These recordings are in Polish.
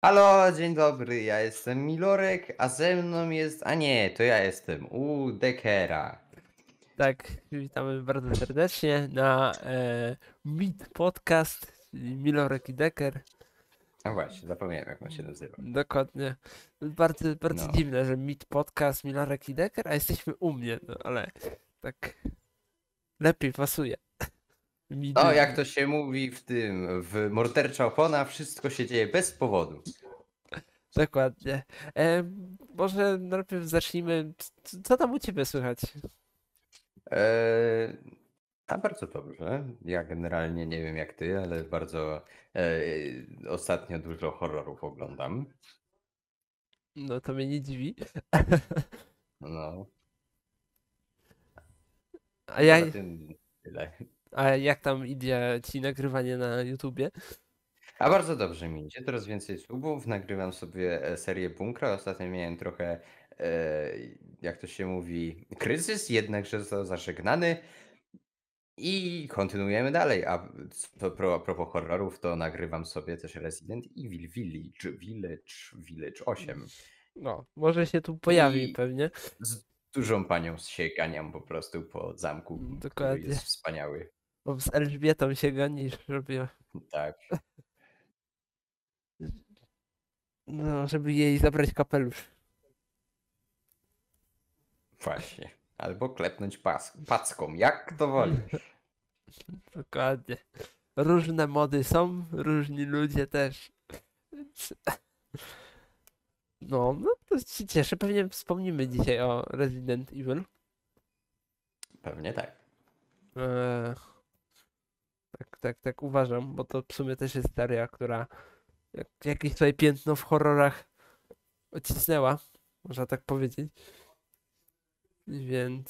Halo, dzień dobry, ja jestem Milorek, a ze mną jest... A nie, to ja jestem u Dekera. Tak, witamy bardzo serdecznie na Meet Podcast, czyli Milorek i Decker. A właśnie, zapomniałem jak on się nazywa. Dokładnie. Bardzo No. dziwne, że Meet Podcast, Milorek i Decker, a jesteśmy u mnie, no ale tak lepiej pasuje. No, Midy. jak to się mówi w Mordercza Opona, wszystko się dzieje bez powodu. Dokładnie. Może najpierw zacznijmy. Co tam u ciebie słychać? Eee, a bardzo dobrze. Ja generalnie nie wiem jak ty, ale bardzo ostatnio dużo horrorów oglądam. No to mnie nie dziwi. No, A a ja, poza tym tyle. a jak tam idzie ci nagrywanie na YouTubie? A bardzo dobrze mi idzie, coraz więcej subów, nagrywam sobie serię Bunkra. Ostatnio miałem trochę, e, jak to się mówi, kryzys, jednakże został zażegnany i kontynuujemy dalej. A propos horrorów, to nagrywam sobie też Resident Evil Village 8 No, może się tu pojawi i pewnie. z dużą panią się ganiam po prostu po zamku, który Dokładnie. jest wspaniały. Bo z Elżbietą się ganisz, Tak, no, żeby jej zabrać kapelusz. właśnie. Albo klepnąć packą, jak to wolisz. Dokładnie. Różne mody są, różni ludzie też. Więc no to się cieszę. Pewnie wspomnimy dzisiaj o Resident Evil. Pewnie tak. Eee, tak uważam, bo to w sumie też jest seria, która jakieś swoje piętno w horrorach odcisnęła, można tak powiedzieć. Więc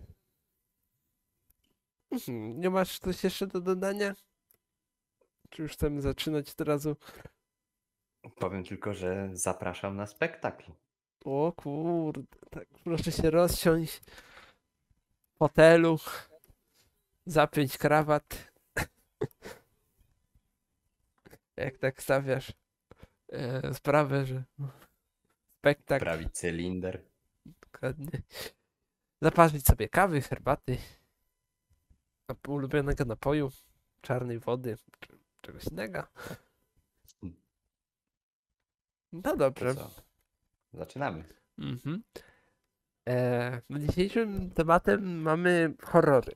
nie masz coś jeszcze do dodania? Czy już chcemy zaczynać od razu? Powiem tylko, że zapraszam na spektakl. O kurde, tak proszę się rozsiąść w fotelu, zapiąć krawat, jak tak stawiasz sprawę, że spektakl, Wprawić cylinder. dokładnie. Zaparzyć sobie kawy, herbaty, ulubionego napoju, czarnej wody, czegoś innego. No To dobrze. co? Zaczynamy. Mhm. Dzisiejszym tematem mamy horrory.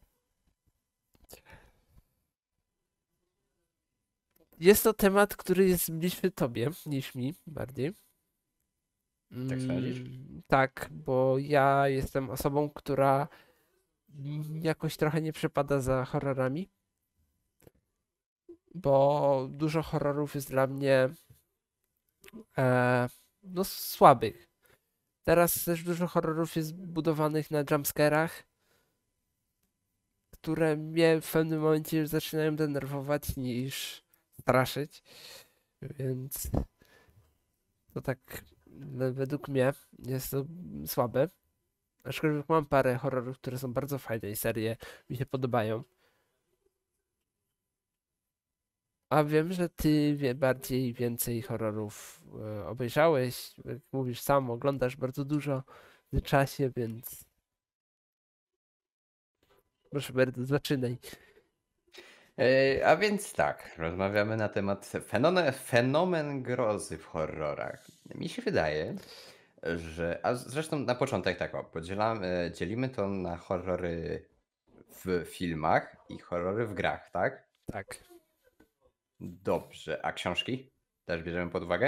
Jest to temat, który jest bliższy tobie niż mi bardziej. Tak sądzisz? Tak, bo ja jestem osobą, która jakoś trochę nie przepada za horrorami, bo dużo horrorów jest dla mnie no słabych. Teraz też dużo horrorów jest budowanych na jumpscarach, które mnie w pewnym momencie już zaczynają denerwować niż straszyć, więc to tak według mnie jest to słabe. Aczkolwiek mam parę horrorów, które są bardzo fajne i serie mi się podobają. A wiem, że ty bardziej więcej horrorów obejrzałeś. Jak mówisz sam, oglądasz bardzo dużo w czasie, więc proszę bardzo, zaczynaj. A więc tak, rozmawiamy na temat fenomen grozy w horrorach. Mi się wydaje, że. A zresztą na początek tak, dzielimy to na horrory w filmach i horrory w grach, tak? Tak. Dobrze. A książki? Też bierzemy pod uwagę?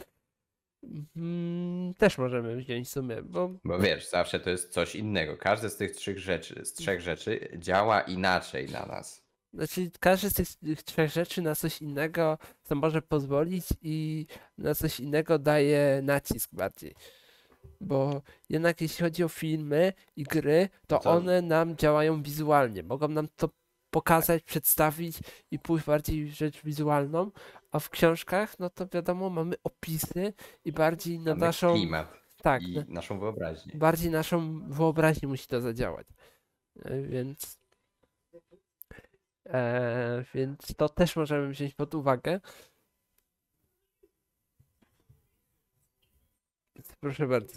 Też możemy wziąć w sumie, bo Bo wiesz, zawsze to jest coś innego. Każde z tych trzech rzeczy działa inaczej na nas. znaczy każdy z tych trzech rzeczy na coś innego co może pozwolić i na coś innego daje nacisk bardziej. Bo jednak jeśli chodzi o filmy i gry, No to to one nam działają wizualnie. Mogą nam to pokazać, przedstawić i pójść bardziej w rzecz wizualną, a w książkach, no to wiadomo, mamy opisy i bardziej na mamy naszą, klimat tak, i naszą wyobraźnię. bardziej naszą wyobraźnię musi to zadziałać. Więc, więc to też możemy wziąć pod uwagę. proszę bardzo.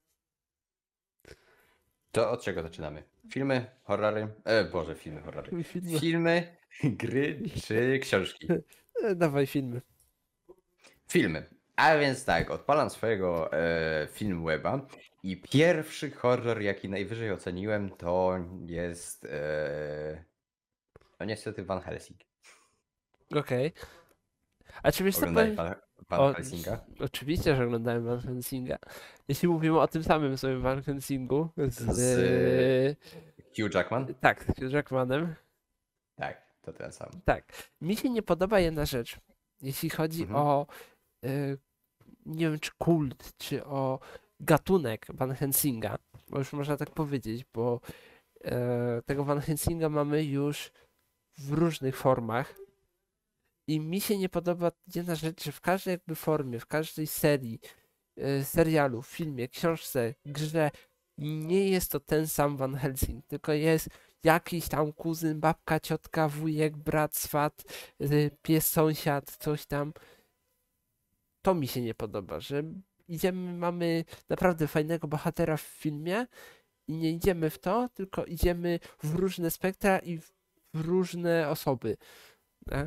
To od czego zaczynamy? Filmy, horrory? Boże, filmy, horrory. Filmy. Filmy, gry czy książki? Dawaj filmy. Filmy. A więc tak, odpalam swojego Filmweba i pierwszy horror, jaki najwyżej oceniłem, to jest no niestety Van Helsing. Okej. A czy wiesz co Oglądałeś powiem? Van O, Helsinga? oczywiście, że oglądałem Van Helsinga. Jeśli mówimy o tym samym sobie Van Helsingu Z Hugh Jackman? tak, z Hugh Jackmanem. Tak, to ten sam. Tak. Mi się nie podoba jedna rzecz. Jeśli chodzi Mhm. o y, nie wiem, czy kult, czy o gatunek Van Helsinga, bo już można tak powiedzieć, bo tego Van Helsinga mamy już w różnych formach i mi się nie podoba jedna rzecz, że w każdej jakby formie, w każdej serii, serialu, filmie, książce, grze nie jest to ten sam Van Helsing, tylko jest jakiś tam kuzyn, babka, ciotka, wujek, brat, swat, pies, sąsiad, coś tam. To mi się nie podoba, że idziemy, mamy naprawdę fajnego bohatera w filmie i nie idziemy w to, tylko idziemy w różne spektra i w różne osoby. Tak?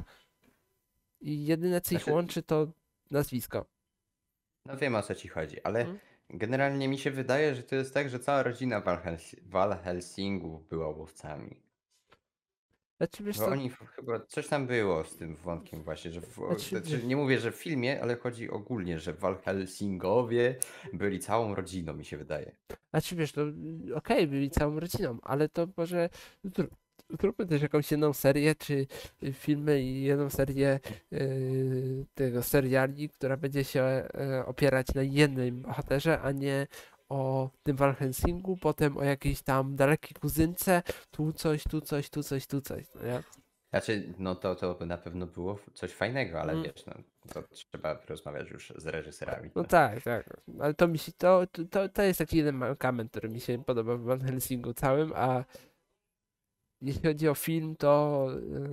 I jedyne co ich Znaczy, łączy to nazwisko. no wiem o co ci chodzi, ale Mm. generalnie mi się wydaje, że to jest tak, że cała rodzina Val Helsingów była łowcami. Znaczy wiesz Bo co, oni chyba coś tam było z tym wątkiem właśnie, że znaczy, znaczy nie mówię, że w filmie, ale chodzi ogólnie, że Val Helsingowie byli całą rodziną, mi się wydaje. znaczy wiesz, to okej, byli całą rodziną, ale to może zróbmy też jakąś jedną serię, czy filmy i jedną serię tego seriali, która będzie się opierać na jednym bohaterze, a nie o tym Van Helsingu, potem o jakiejś tam dalekiej kuzynce, tu coś, tu coś, tu coś, tu coś, no nie? Znaczy, no to by na pewno było coś fajnego, ale Mm. wiesz, no to trzeba rozmawiać już z reżyserami. No tak, tak. Ale to mi się, to jest taki jeden mankament, który mi się podoba w Van Helsingu całym, a jeśli chodzi o film, to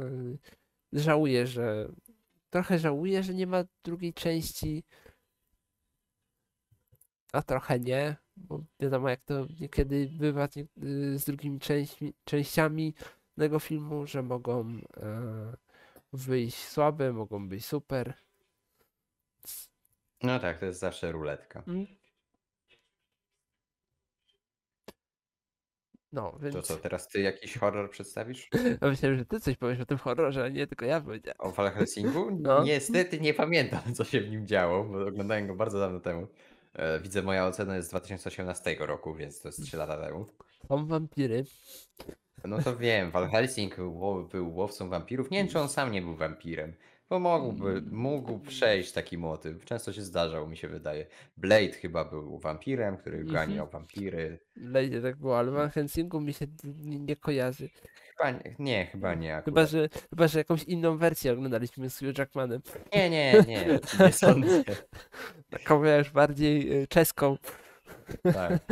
żałuję, trochę żałuję, że nie ma drugiej części, a trochę nie, bo wiadomo jak to niekiedy bywa z drugimi częściami tego filmu, że mogą wyjść słabe, mogą być super. No tak, to jest zawsze ruletka. Mm, No, To co, więc teraz ty jakiś horror przedstawisz? ja myślałem, że ty coś powiesz o tym horrorze, a nie tylko ja powiedziałem. O Val Helsingu? No. Niestety nie pamiętam, co się w nim działo, bo oglądałem go bardzo dawno temu. Widzę, moja ocena jest z 2018 roku, więc to jest 3 lata temu. Są wampiry. No to wiem, Val Helsing był łowcą wampirów. Nie wiem, czy on sam nie był wampirem, bo mógł przejść taki motyw. Często się zdarzał, mi się wydaje. Blade chyba był wampirem, który Mhm. ganiał wampiry. Lejdzie tak było, ale Van Helsingu mi się nie kojarzy. Chyba nie Chyba, akurat. że jakąś inną wersję oglądaliśmy z Hugh Jackmanem. Nie sądzę. Taką już bardziej czeską. Tak.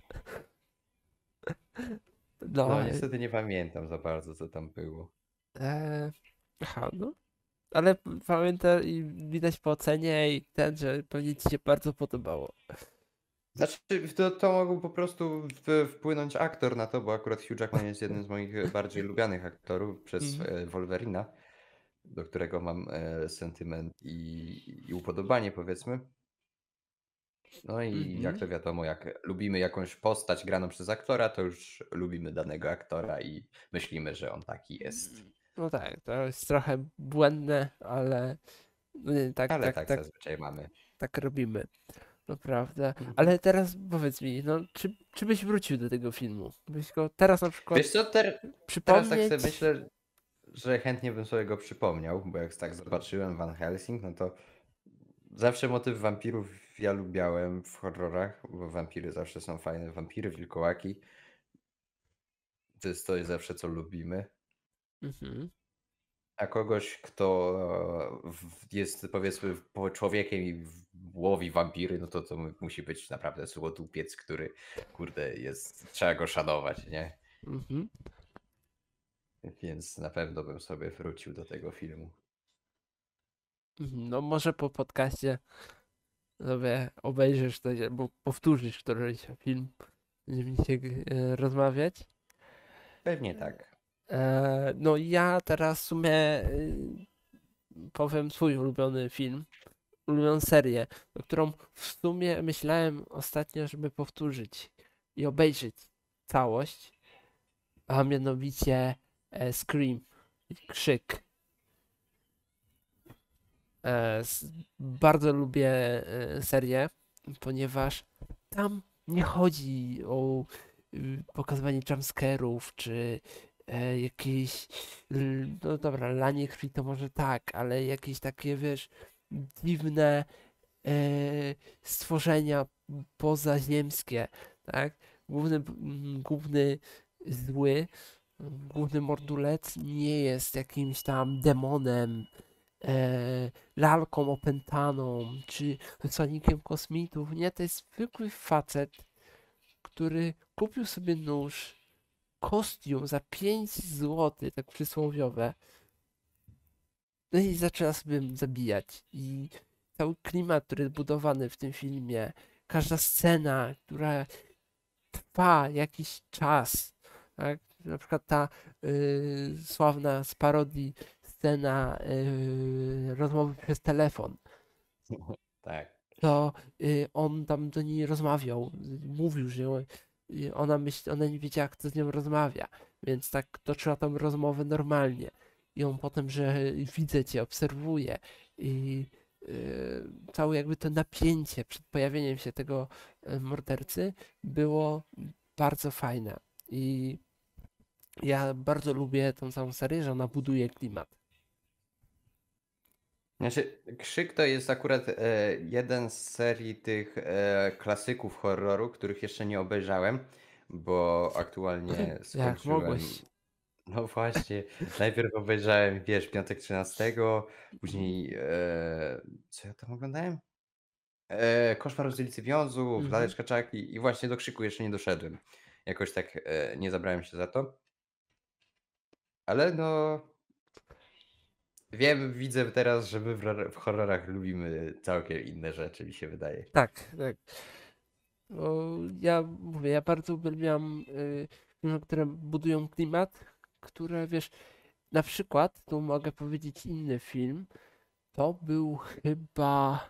No, No niestety nie pamiętam za bardzo, co tam było. e, aha, no. Ale pamiętam i widać po ocenie i ten, że pewnie ci się bardzo podobało. Znaczy, to mógł po prostu wpłynąć aktor na to, bo akurat Hugh Jackman jest jednym z moich bardziej lubianych aktorów przez Mhm. Wolverina, do którego mam sentyment i upodobanie, powiedzmy. No i jak Mhm. to wiadomo, jak lubimy jakąś postać graną przez aktora, to już lubimy danego aktora i myślimy, że on taki jest. No tak, to jest trochę błędne, ale no nie, Ale tak zazwyczaj mamy. tak robimy. No prawda. Mhm. Ale teraz powiedz mi, no, czy byś wrócił do tego filmu? Byś go teraz na przykład Wiesz co, teraz tak przypomnieć? sobie myślę, że chętnie bym sobie go przypomniał, bo jak tak zobaczyłem Van Helsing, no to zawsze motyw wampirów ja lubiałem w horrorach, bo wampiry zawsze są fajne. Wampiry, wilkołaki, to jest zawsze co lubimy. Mhm. A kogoś, kto jest powiedzmy człowiekiem i łowi wampiry, no to musi być naprawdę złodupiec, który kurde trzeba go szanować, nie? Mhm. Więc na pewno bym sobie wrócił do tego filmu. Mhm. No może po podcaście sobie obejrzysz to, albo powtórzysz któryś film, będziemy dzisiaj rozmawiać. Pewnie tak. No ja teraz w sumie powiem swój ulubiony film, ulubioną serię, którą w sumie myślałem ostatnio, żeby powtórzyć i obejrzeć całość, a mianowicie Scream, Krzyk. Bardzo lubię serię, ponieważ tam nie chodzi o pokazywanie jumpscarów, czy jakieś, no dobra, lanie krwi to może tak, ale jakieś takie, wiesz, dziwne e, stworzenia pozaziemskie, tak? Główny zły, główny mordulec nie jest jakimś tam demonem, lalką opętaną, czy wysłannikiem kosmitów. Nie, to jest zwykły facet, który kupił sobie nóż, kostium za 5 zł, tak przysłowiowe, no i zaczyna sobie zabijać. I cały klimat, który jest budowany w tym filmie, każda scena, która trwa jakiś czas, tak? Na przykład ta sławna z parodii scena rozmowy przez telefon, Tak. to on tam do niej rozmawiał, mówił, że ona nie wiedziała, kto z nią rozmawia, więc tak toczyła tą rozmowę normalnie. I on potem, że widzę cię, obserwuję i całe jakby to napięcie przed pojawieniem się tego mordercy było bardzo fajne. I ja bardzo lubię tą całą serię, że ona buduje klimat. Znaczy, Krzyk to jest akurat jeden z serii tych klasyków horroru, których jeszcze nie obejrzałem, bo aktualnie Jak skończyłem. mogłeś? No właśnie, najpierw obejrzałem, wiesz, Piątek 13, później co ja tam oglądałem? Koszmar z ulicy Wiązów, Mhm. Laleczka Czaki i właśnie do Krzyku jeszcze nie doszedłem. Jakoś tak nie zabrałem się za to, ale no wiem, widzę teraz, że my w horrorach lubimy całkiem inne rzeczy, mi się wydaje. Tak, tak. O, ja mówię, ja bardzo uwielbiam filmy, które budują klimat, które wiesz, na przykład, tu mogę powiedzieć inny film, to był chyba,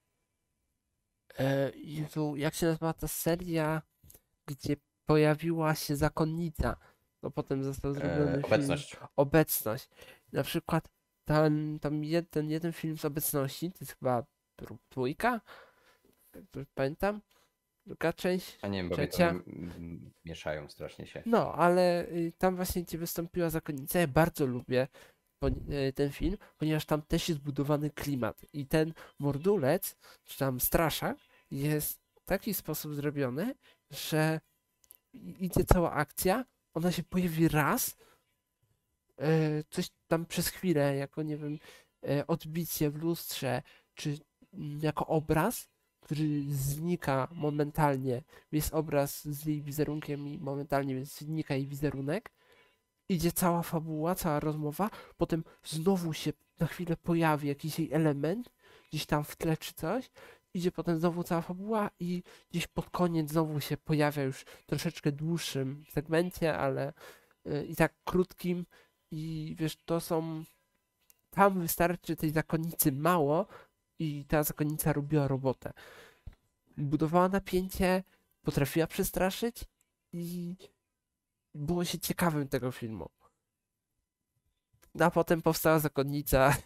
Jezu, jak się nazywa ta seria, gdzie pojawiła się zakonnica, to potem został zrobiony film Obecność. Obecność. Na przykład ten jeden film z Obecności, to jest chyba trójka, jak dobrze pamiętam, druga część, A nie wiem, bo mnie trzecia. tam mieszają strasznie się. No, ale tam właśnie gdzie wystąpiła zakonnica, ja bardzo lubię ten film, ponieważ tam też jest budowany klimat i ten mordulec, czy tam straszak jest w taki sposób zrobiony, że idzie cała akcja, ona się pojawi raz, coś tam przez chwilę, jako nie wiem, odbicie w lustrze, czy jako obraz, który znika momentalnie. Jest obraz z jej wizerunkiem i momentalnie znika jej wizerunek. Idzie cała fabuła, cała rozmowa, potem znowu się na chwilę pojawi jakiś jej element, gdzieś tam w tle czy coś. Idzie potem znowu cała fabuła i gdzieś pod koniec znowu się pojawia już w troszeczkę dłuższym segmencie, ale i tak krótkim. I wiesz, to są. Tam wystarczy tej zakonnicy mało i ta zakonnica robiła robotę. Budowała napięcie, potrafiła przestraszyć i było się ciekawym tego filmu. No, a potem powstała zakonnica,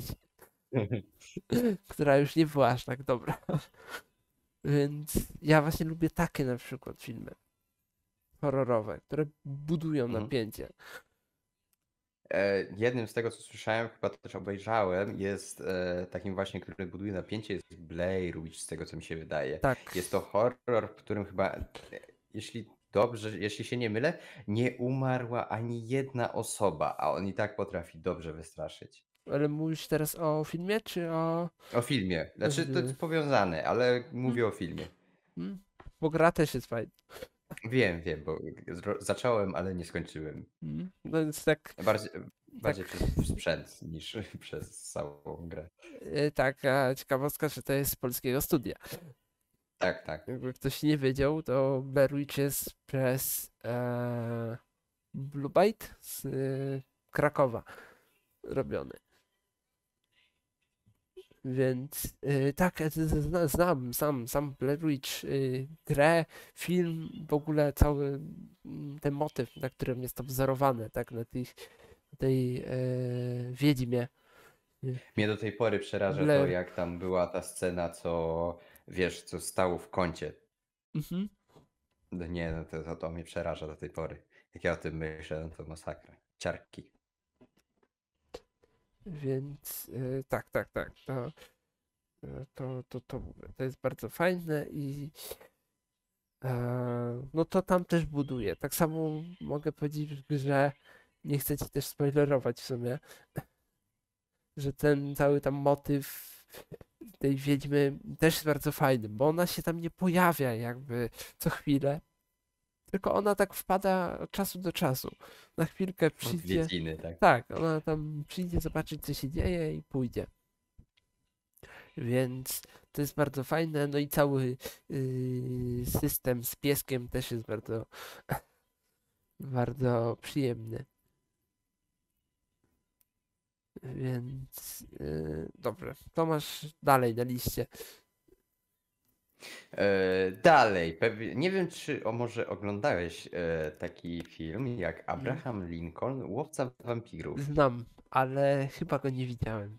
która już nie była aż tak dobra. Więc ja właśnie lubię takie na przykład filmy horrorowe, które budują Mhm. napięcie. Jednym z tego, co słyszałem, chyba też obejrzałem, jest takim właśnie, który buduje napięcie, jest Blair Witch, z tego co mi się wydaje. Tak, Jest to horror, w którym chyba, jeśli dobrze, jeśli się nie mylę, nie umarła ani jedna osoba, a on i tak potrafi dobrze wystraszyć. ale mówisz teraz o filmie, czy o... O filmie. Znaczy, to z- jest powiązane, ale Hmm? mówię o filmie. Hmm? Bo gra też jest fajna. Wiem, bo zacząłem, ale nie skończyłem. No więc tak, Bardziej. Bardziej Tak, przez sprzęt niż przez całą grę. tak, a ciekawostka, że to jest z polskiego studia. Tak, tak. Jakby ktoś nie wiedział, to Blair Witch jest przez Blue Byte z Krakowa robiony. Więc tak, znam sam Blair Witch, grę, film, w ogóle cały ten motyw, na którym jest to wzorowane, tak, na tej wiedźmie. Mnie do tej pory przeraża to, Blair. jak tam była ta scena, co wiesz, co stało w kącie. Mhm. No nie, no to mnie przeraża do tej pory. Jak ja o tym myślę, no to masakra. Ciarki. Więc tak. To jest bardzo fajne i no to tam też buduje. Tak samo mogę powiedzieć, że nie chcę ci też spoilerować w sumie, że ten cały tam motyw tej wiedźmy też jest bardzo fajny, bo ona się tam nie pojawia jakby co chwilę, tylko ona tak wpada od czasu do czasu. Na chwilkę przyjdzie, Odwiedziny, tak. tak, ona tam przyjdzie zobaczyć co się dzieje i pójdzie. Więc to jest bardzo fajne, no i cały system z pieskiem też jest bardzo, bardzo przyjemny. Więc dobrze, to masz dalej na liście. Dalej, nie wiem, czy może oglądałeś taki film jak Mm, Abraham Lincoln, Łowca wampirów. Znam, ale chyba go nie widziałem.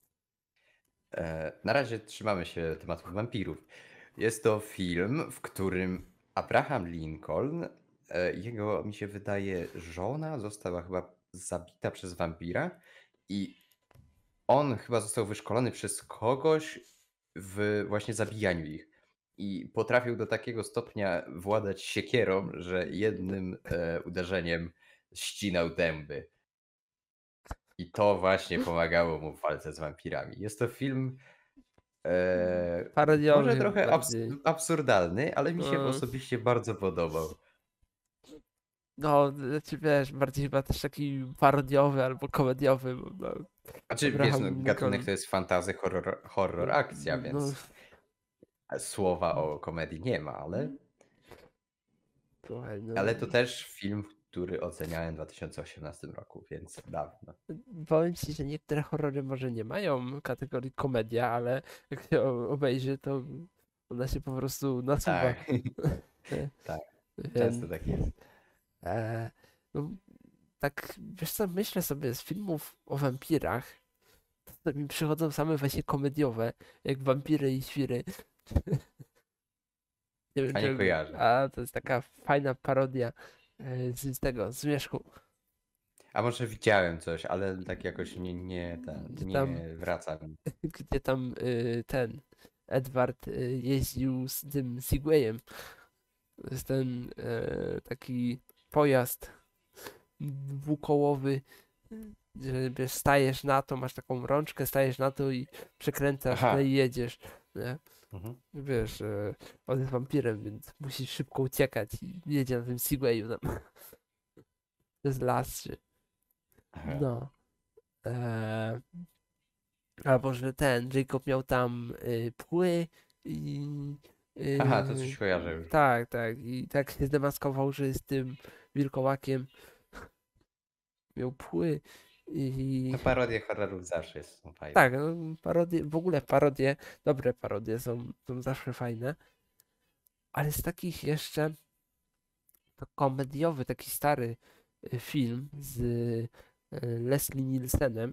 Na razie trzymamy się tematu wampirów. Jest to film, w którym Abraham Lincoln, jego, mi się wydaje, żona została chyba zabita przez wampira i on chyba został wyszkolony przez kogoś w właśnie zabijaniu ich. I potrafił do takiego stopnia władać siekierą, że jednym uderzeniem ścinał dęby. I to właśnie pomagało mu w walce z wampirami. Jest to film może Parodiowy trochę bardziej. absurdalny, ale mi się No, osobiście bardzo podobał. no, znaczy wiesz, bardziej chyba też taki parodiowy albo komediowy, bo no, Znaczy, wiesz, no, Abraham gatunek Lincoln. to jest fantasy, horror, akcja, No, więc słowa o komedii nie ma, słuchaj, no. ale to też film, który oceniałem w 2018 roku, więc dawno. Powiem ci, że niektóre horrory może nie mają kategorii komedia, ale jak się obejrzy, to ona się po prostu nasuwa. Tak, tak, często Więc tak jest. e, no, tak, wiesz co, myślę sobie z filmów o wampirach, to mi przychodzą same właśnie komediowe, jak Wampiry i Świry. Nie wiem, A nie czy... kojarzę. A, to jest taka fajna parodia z tego, Zmierzchu. A może widziałem coś, ale tak jakoś Gdzie tam, nie wraca mi. gdzie tam ten Edward jeździł z tym Segwayem. To jest ten taki pojazd dwukołowy, że wiesz, stajesz na to, masz taką rączkę, stajesz na to i przekręcasz, no i Aha. jedziesz. Nie? Mhm. Wiesz, on jest wampirem, więc musisz szybko uciekać i jedzie na tym Segwayu tam przez las, czy... Aha. No. E, albo, że ten Jacob miał tam pły i Aha, to coś kojarzę już. tak. I tak się zdemaskował, że jest tym wilkołakiem. Miał pły i No parodie horrorów zawsze są fajne. tak, no, parodie, w ogóle parodie, dobre parodie są zawsze fajne. Ale z takich jeszcze to komediowy, taki stary film z Leslie Nielsenem.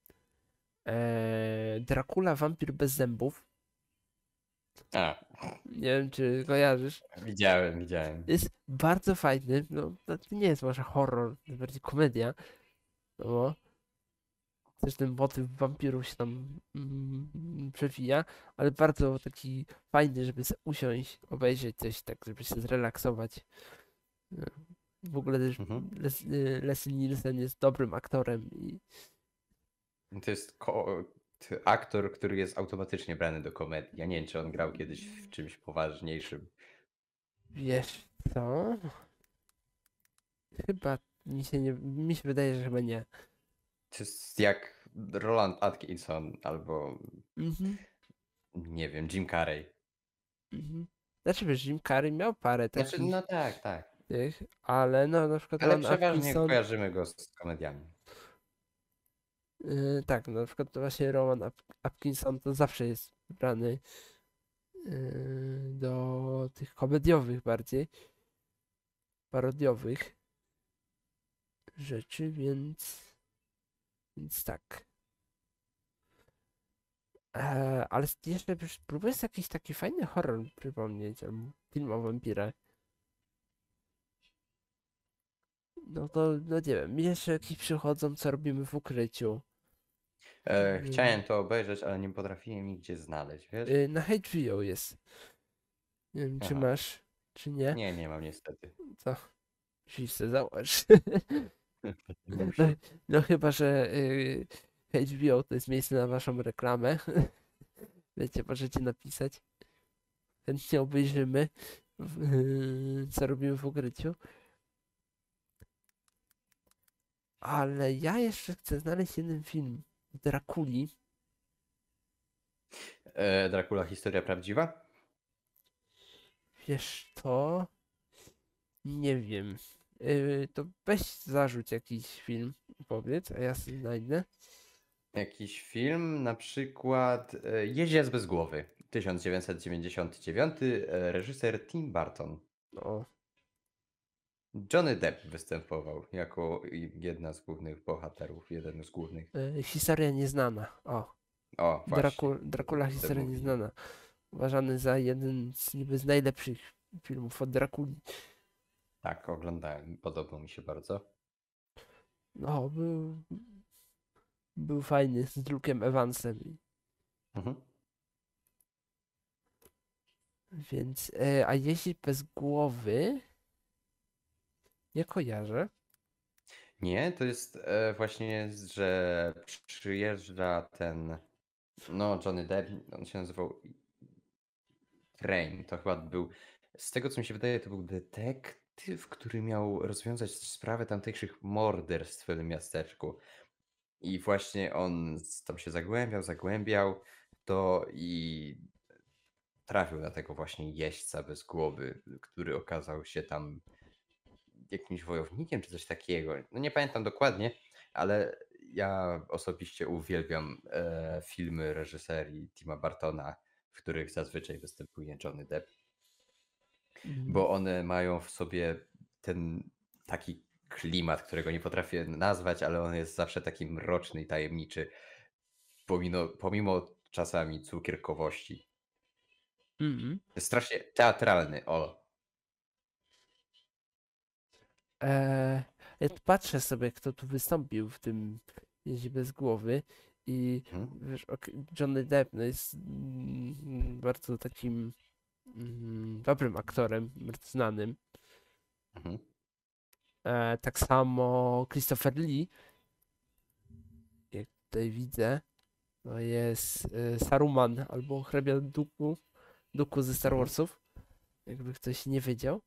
Dracula, wampir bez zębów. A, Nie wiem, czy kojarzysz. widziałem. Jest bardzo fajny. No, to nie jest może horror, to jest bardziej komedia. No, bo też ten motyw wampirów się tam przewija, ale bardzo taki fajny, żeby sobie usiąść, obejrzeć coś tak, żeby się zrelaksować. No, w ogóle też Mhm. Leslie Nielsen jest dobrym aktorem i To jest aktor, który jest automatycznie brany do komedii. Ja nie wiem, czy on grał kiedyś w czymś poważniejszym. wiesz co? Chyba mi się wydaje, że chyba nie. To jest jak Roland Atkinson albo Mhm, nie wiem, Jim Carrey. mhm. Znaczy wiesz, Jim Carrey miał parę Znaczy, takich no tak, tak. tych, ale no na przykład Ale Rowan przeważnie Atkinson, kojarzymy go z komediami. tak, no na przykład to właśnie Rowan Atkinson to zawsze jest brany do tych komediowych bardziej, parodiowych rzeczy, więc tak. Ale jeszcze próbuję sobie jakiś taki fajny horror przypomnieć, albo film o wampirach. No to, no nie wiem, mi jeszcze jakieś przychodzą, co robimy w ukryciu. Chciałem to obejrzeć, ale nie potrafiłem nigdzie znaleźć, wiesz? Na HBO jest. Nie wiem, czy Aha. masz, czy nie. Nie, nie mam niestety. To musisz sobie załóż. No, Muszę. no chyba, że HBO to jest miejsce na waszą reklamę. Wiecie, możecie napisać. Chętnie obejrzymy, co robimy w ukryciu. Ale ja jeszcze chcę znaleźć jeden film Drakuli. Dracula, historia prawdziwa? Wiesz to? Nie wiem. To weź zarzuć jakiś film, powiedz, a ja sobie znajdę. Jakiś film, na przykład Jeździec bez głowy, 1999, reżyser Tim Burton. O, Johnny Depp występował jako jedna z głównych bohaterów, jeden z głównych. historia nieznana. O, O, właśnie, Dracula, o tym historia mówiłem. nieznana. Uważany za jeden z niby z najlepszych filmów o Drakuli. Tak, oglądałem, podobał mi się bardzo. No, był fajny z Luke'em Evansem. Mhm. Więc, a jeździ bez głowy, nie kojarzę. Nie, to jest właśnie, że przyjeżdża ten, no Johnny Depp, on się nazywał Crane, to chyba był, z tego co mi się wydaje, to był detektyw, który miał rozwiązać sprawę tamtejszych morderstw w tym miasteczku. I właśnie on tam się zagłębiał to i trafił na tego właśnie jeźdźca bez głowy, który okazał się tam jakimś wojownikiem czy coś takiego. No nie pamiętam dokładnie, ale ja osobiście uwielbiam filmy reżyserii Tima Burtona, w których zazwyczaj występuje Johnny Depp, Mm, bo one mają w sobie ten taki klimat, którego nie potrafię nazwać, ale on jest zawsze taki mroczny i tajemniczy, pomimo czasami cukierkowości. mm. Jest strasznie teatralny, o. Ja tu patrzę sobie, kto tu wystąpił w tym Jeździ bez głowy i Mhm, wiesz, Johnny Depp no jest bardzo takim dobrym aktorem, bardzo znanym. mhm. Tak samo Christopher Lee, jak tutaj widzę, to jest Saruman albo hrabia Dooku ze Star Mhm. Warsów, jakby ktoś nie wiedział.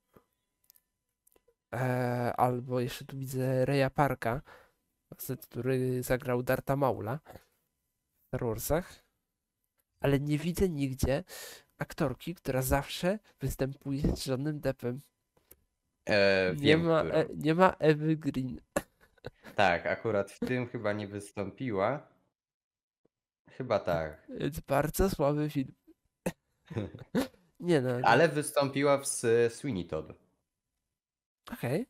Albo jeszcze tu widzę Raya Parka, facet, który zagrał Darta Maula w Star Warsach, ale nie widzę nigdzie aktorki, która zawsze występuje z Johnnym Deppem. Wiem, którą. Nie ma Ewy Green. Tak, akurat w tym chyba nie wystąpiła. Chyba tak. Jest bardzo słaby film. Nie no, Ale wystąpiła w Sweeney Todd. okej.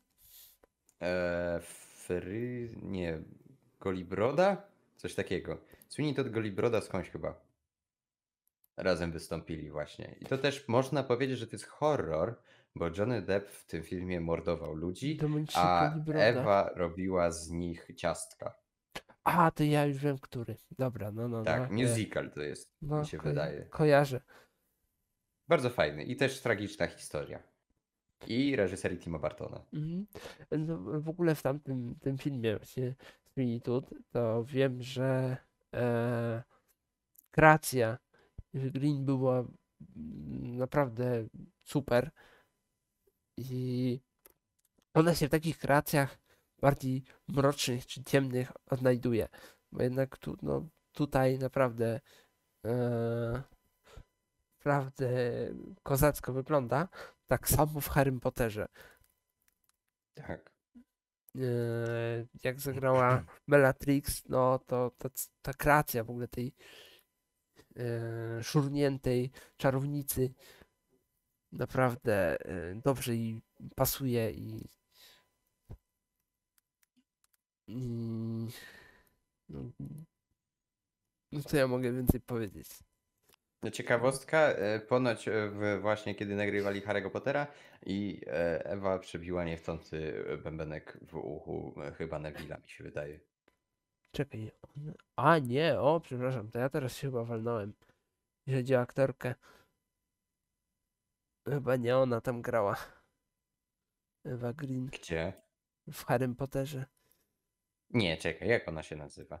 Nie, Golibroda? Coś takiego. Sweeney Todd, Golibroda skądś chyba. Razem wystąpili właśnie. I to też można powiedzieć, że to jest horror, bo Johnny Depp w tym filmie mordował ludzi, Demoniczni a Kolibroda. Ewa robiła z nich ciastka. A, to ja już wiem, który. Dobra, no. Tak, musical to jest, mi No, się wydaje. kojarzę. Bardzo fajny i też tragiczna historia. I reżyserii Tima Burtona. Mhm. No, w ogóle w tamtym tym filmie właśnie Sweeney Todd, to wiem, że kreacja Green była naprawdę super i ona się w takich kreacjach bardziej mrocznych czy ciemnych odnajduje. Bo jednak tu, no, tutaj naprawdę naprawdę kozacko wygląda. Tak samo w Harrym Potterze. Tak. Jak zagrała Bellatrix, no to ta kreacja w ogóle tej szurniętej czarownicy naprawdę dobrze jej pasuje i no, no co ja mogę więcej powiedzieć? Ciekawostka, ponoć właśnie kiedy nagrywali Harry'ego Pottera i Ewa przebiła niechcący bębenek w uchu chyba Neville'a, mi się wydaje. Czekaj. A nie, o przepraszam, to ja teraz się chyba walnąłem. Jeżeli chodzi o aktorkę. Chyba nie ona tam grała. Ewa Green Gdzie? w Harrym Potterze. Nie, czekaj, jak ona się nazywa?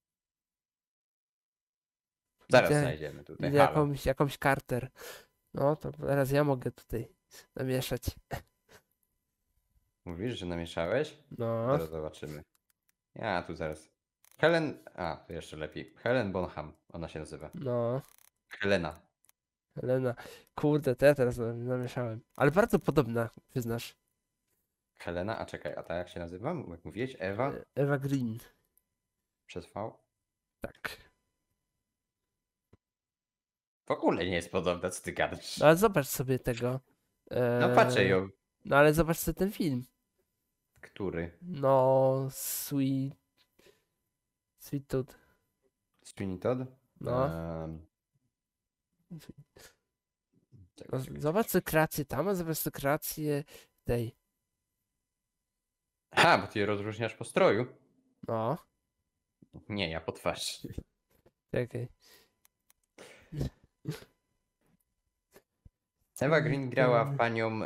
Zaraz Widzę, znajdziemy tutaj, widzę halo. jakąś Carter. No to teraz ja mogę tutaj namieszać. Mówisz, że namieszałeś? No, Zaraz zobaczymy. Ja tu zaraz. Helen, a, to jeszcze lepiej. Helen Bonham, ona się nazywa. no. Helena. Helena. Kurde, to ja teraz namieszałem. Ale bardzo podobna, przyznasz. Helena, a czekaj, a ta jak się nazywa? Jak mówiłeś? Ewa? Ewa Green. Przez V? Tak. W ogóle nie jest podobna, co ty No gadasz. ale zobacz sobie tego. No patrzę ją. No ale zobacz sobie ten film. Który? No, Sweet Tooth. Sweeney Todd? No. Czekaj, No, czekaj, czekaj, zobacz sobie czekaj. kreację tam, a zobacz sobie kreację tej. A, bo ty je rozróżniasz po stroju? No, Nie, ja po twarzy. czekaj. Ewa Green grała w Ten, panią...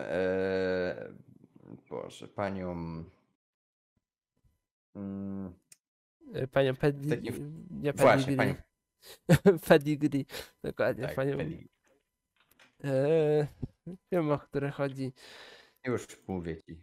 Boże, panią... Mm, panią w takim... nie Właśnie, Pedigree. panią... Pedigree. Dokładnie, Tak, panią. Peggy. Eee, wiem o które chodzi. Już mówię ci.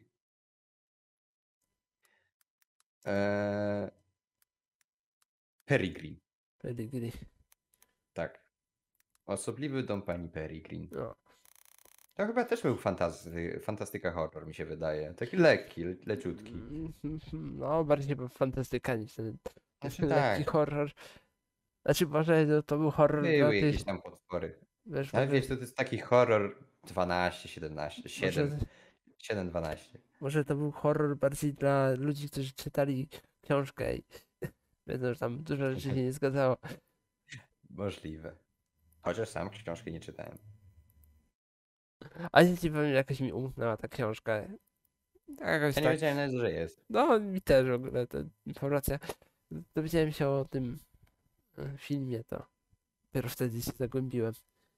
Eee, Peregrine. Pedigree. Tak. Osobliwy dom pani Peregrine. No. To chyba też był fantastyka horror, mi się wydaje. Taki lekki, leciutki. No, bardziej chyba fantastyka niż ten Znaczy lekki tak, horror. Znaczy, może to był horror dla były tych, jakieś tam potwory. wiesz, Ale może, wiesz, to jest taki horror 12, 17, może, 7, 7, 12. może to był horror bardziej dla ludzi, którzy czytali książkę i wiedzą, że tam dużo rzeczy się nie zgadzało. Możliwe. Chociaż sam książki nie czytałem. A ja ci powiem, jakoś mi umknęła ta książka. Jakoś Ja nie tak. wiedziałem nawet, że jest. No, mi też w ogóle ta informacja. Dowiedziałem się o tym filmie, to dopiero wtedy się zagłębiłem.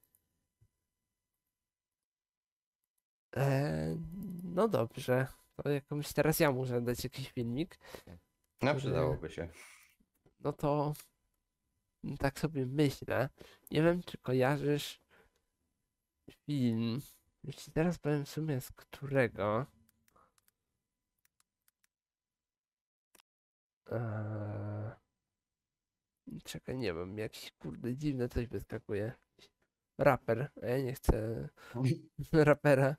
No dobrze. To jakąś teraz ja muszę dać jakiś filmik, No, który, przydałoby się. no to tak sobie myślę. Nie wiem, czy kojarzysz film. Już ci teraz powiem w sumie z którego. Eee, czekaj, nie wiem, jakiś kurde dziwne coś wyskakuje. Raper, a ja nie chcę rapera.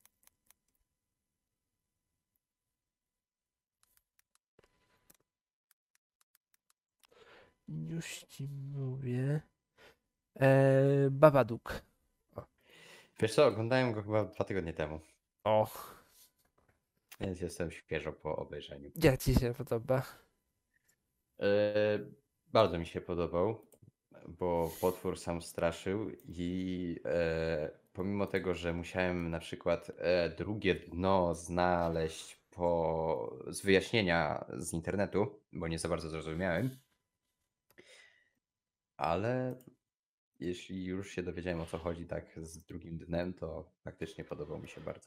Już ci mówię. Babadook. Wiesz co, oglądałem go chyba 2 tygodnie temu. O, Więc jestem świeżo po obejrzeniu. jak ci się podoba? E, Bardzo mi się podobał, bo potwór sam straszył i pomimo tego, że musiałem na przykład drugie dno znaleźć z wyjaśnienia z internetu, bo nie za bardzo zrozumiałem, ale jeśli już się dowiedziałem o co chodzi tak z drugim dnem, to faktycznie podobał mi się bardzo.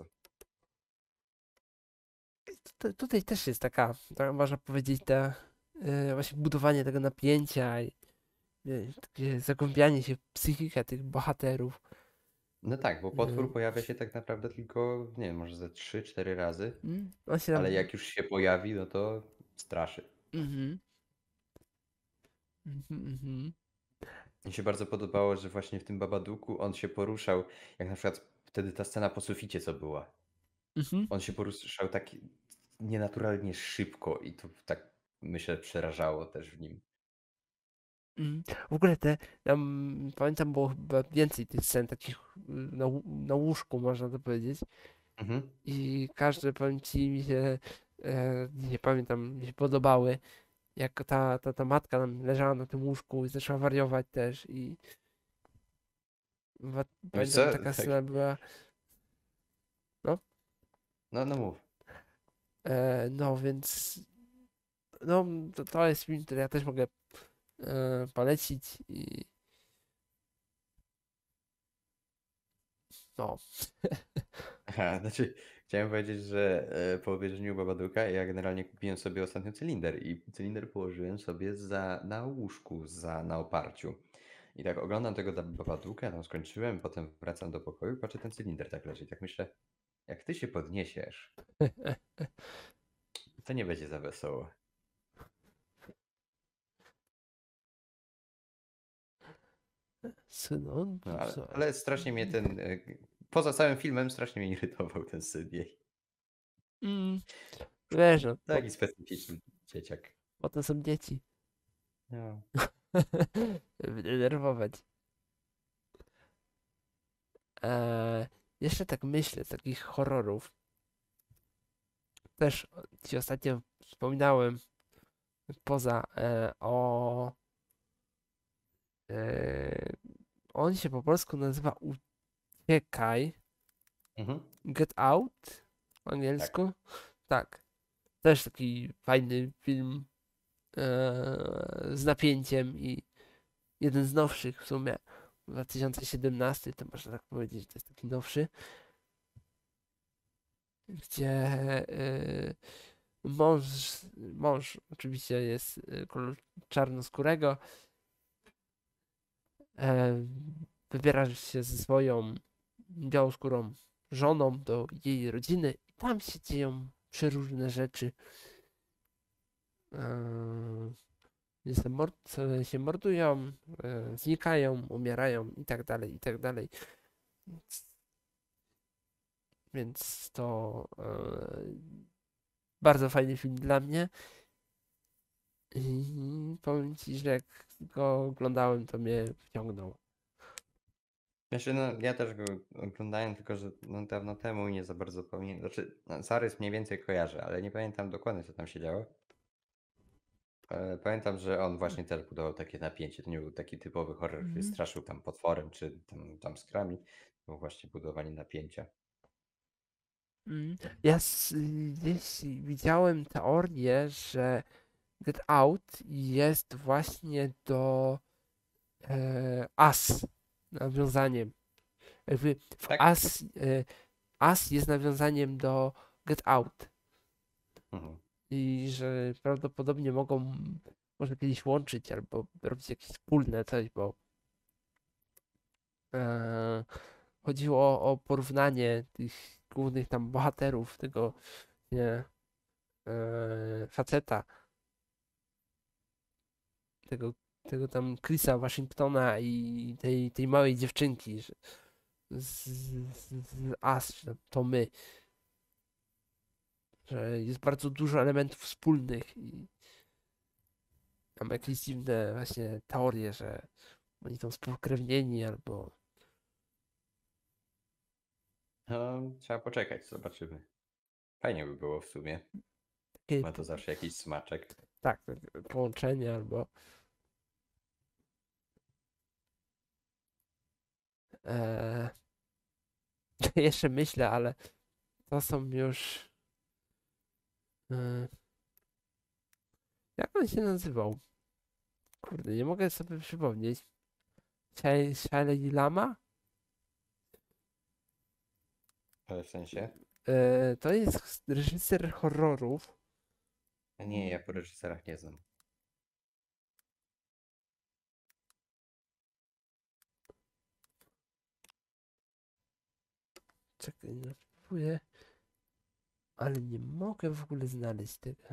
Tutaj też jest taka można powiedzieć, właśnie budowanie tego napięcia i takie zagłębianie się w psychikę tych bohaterów. No tak, bo Y, potwór pojawia się tak naprawdę tylko, nie wiem, może ze 3-4 razy, On się ale tam. jak już się pojawi, no to straszy. Mhm. Mhm, mhm. Mi się bardzo podobało, że właśnie w tym Babadooku on się poruszał, jak na przykład wtedy ta scena po suficie, co była. Mhm. On się poruszał tak nienaturalnie szybko i to tak, myślę, przerażało też w nim. W ogóle pamiętam, było chyba więcej tych scen takich na łóżku, można to powiedzieć. Mhm. I każde, powiem ci, nie pamiętam, mi się podobały. Jak ta matka tam leżała na tym łóżku i zaczęła wariować też. I Wiesz co? pamiętam, taka Tak. scena była. No, No, no mów. no więc. No, to jest film, który ja też mogę polecić. I no. Aha, znaczy, chciałem powiedzieć, że po obejrzeniu Babadooka ja generalnie kupiłem sobie ostatnio cylinder i cylinder położyłem sobie na łóżku, na oparciu. I tak oglądam tego Babadooka, tam skończyłem, potem wracam do pokoju, patrzę, ten cylinder tak leży. I tak myślę, jak ty się podniesiesz, to nie będzie za wesoło. Synon, No, ale, co? ale strasznie mnie poza całym filmem strasznie mnie irytował ten Sydney. Mm, Wiesz, no, Taki specyficzny dzieciak. potem są dzieci. No. Denerwować. Jeszcze tak myślę, z takich horrorów. Też ci ostatnio wspominałem poza e, on się po polsku nazywa Uciekaj. Mhm. Get Out po Tak. angielsku. Tak. Też taki fajny film z napięciem i jeden z nowszych w sumie. 2017 to można tak powiedzieć, to jest taki nowszy, gdzie mąż oczywiście jest kolor czarnoskórego, e, wybiera się ze swoją białoskórą żoną do jej rodziny i tam się dzieją przeróżne rzeczy. Się mordują, znikają, umierają i tak dalej, i tak dalej. Więc to bardzo fajny film dla mnie. I powiem ci, że jak go oglądałem, to mnie wciągnął. Znaczy, no, ja też go oglądałem, tylko że no, dawno temu i nie za bardzo pamiętam. Znaczy, no, zarys mniej więcej kojarzę, ale nie pamiętam dokładnie, co tam się działo. Pamiętam, że on właśnie też budował takie napięcie. To nie był taki typowy horror, który Mhm. straszył tam potworem czy tam skrami. To było właśnie budowanie napięcia. Mm. Gdzieś widziałem teorię, że Get Out jest właśnie do Us nawiązaniem. Jakby Tak? Us jest nawiązaniem do Get Out Mhm. i że prawdopodobnie mogą może kiedyś łączyć albo robić jakieś wspólne coś, bo e, chodziło o porównanie tych głównych tam bohaterów tego nie, faceta, tego, tego tam Chrisa Washingtona i tej małej dziewczynki, że z Us, że to my, że jest bardzo dużo elementów wspólnych i mam jakieś dziwne właśnie teorie, że oni są spokrewnieni albo No, trzeba poczekać, zobaczymy. Fajnie by było w sumie. takie, Ma to zawsze jakiś smaczek. tak, połączenie albo e, jeszcze myślę, ale to są już e, jak on się nazywał? Kurde, nie mogę sobie przypomnieć. Shelley Lama? Ale w sensie? To jest reżyser horrorów. Nie, ja po reżyserach nie znam. Czekaj, no próbuję, ale nie mogę w ogóle znaleźć tego.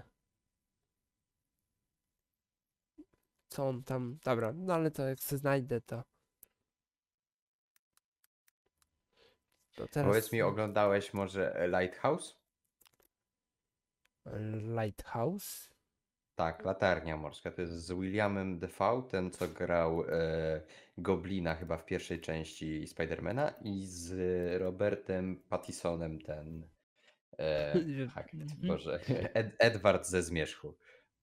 Co on tam... Dobra, no ale to jak się znajdę, to Powiedz teraz mi, oglądałeś może Lighthouse? Lighthouse. Tak, Latarnia Morska. To jest z Williamem Dafoe, ten co grał Goblina chyba w pierwszej części Spidermana i z Robertem Pattisonem ten Mhm. Boże, Edward ze Zmierzchu.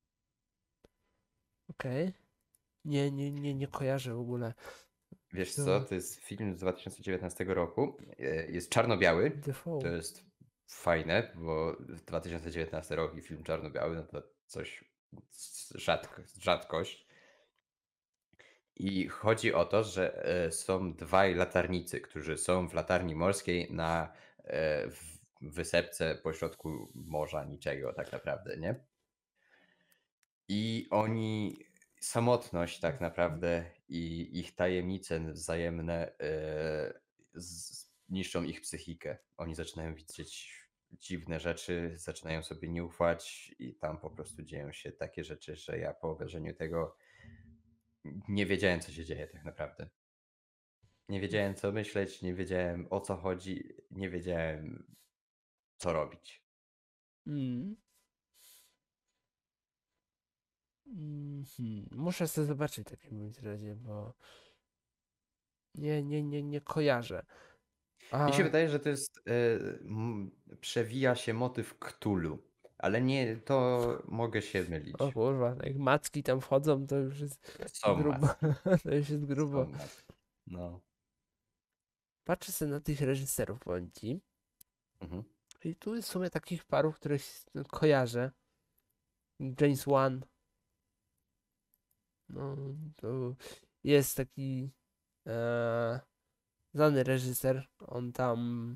Okej. Nie kojarzę w ogóle. Wiesz co, To to jest film z 2019 roku. Jest czarno-biały. To Defoe. jest fajne, bo 2019 rok i film czarno-biały, no to coś rzadkość. I chodzi o to, że są dwaj latarnicy, którzy są w latarni morskiej na wysepce pośrodku morza, niczego tak naprawdę, nie? I oni, samotność tak naprawdę i ich tajemnice wzajemne niszczą ich psychikę. Oni zaczynają widzieć dziwne rzeczy, zaczynają sobie nie ufać i tam po prostu dzieją się takie rzeczy, że ja po obejrzeniu tego nie wiedziałem, co się dzieje tak naprawdę. Nie wiedziałem, co myśleć, nie wiedziałem, o co chodzi, nie wiedziałem, co robić. Mm. Muszę sobie zobaczyć w takim bądź razie, bo nie kojarzę. Mi się A, wydaje, że to jest, przewija się motyw Cthulhu, ale nie, to mogę się o mylić. kurwa, jak macki tam wchodzą, to już jest Są grubo. macki, To już jest są grubo. macki. No. Patrzę sobie na tych reżyserów, powiem ci. Mhm. I tu jest w sumie takich paru, których kojarzę. James Wan. No, to jest taki znany reżyser. On tam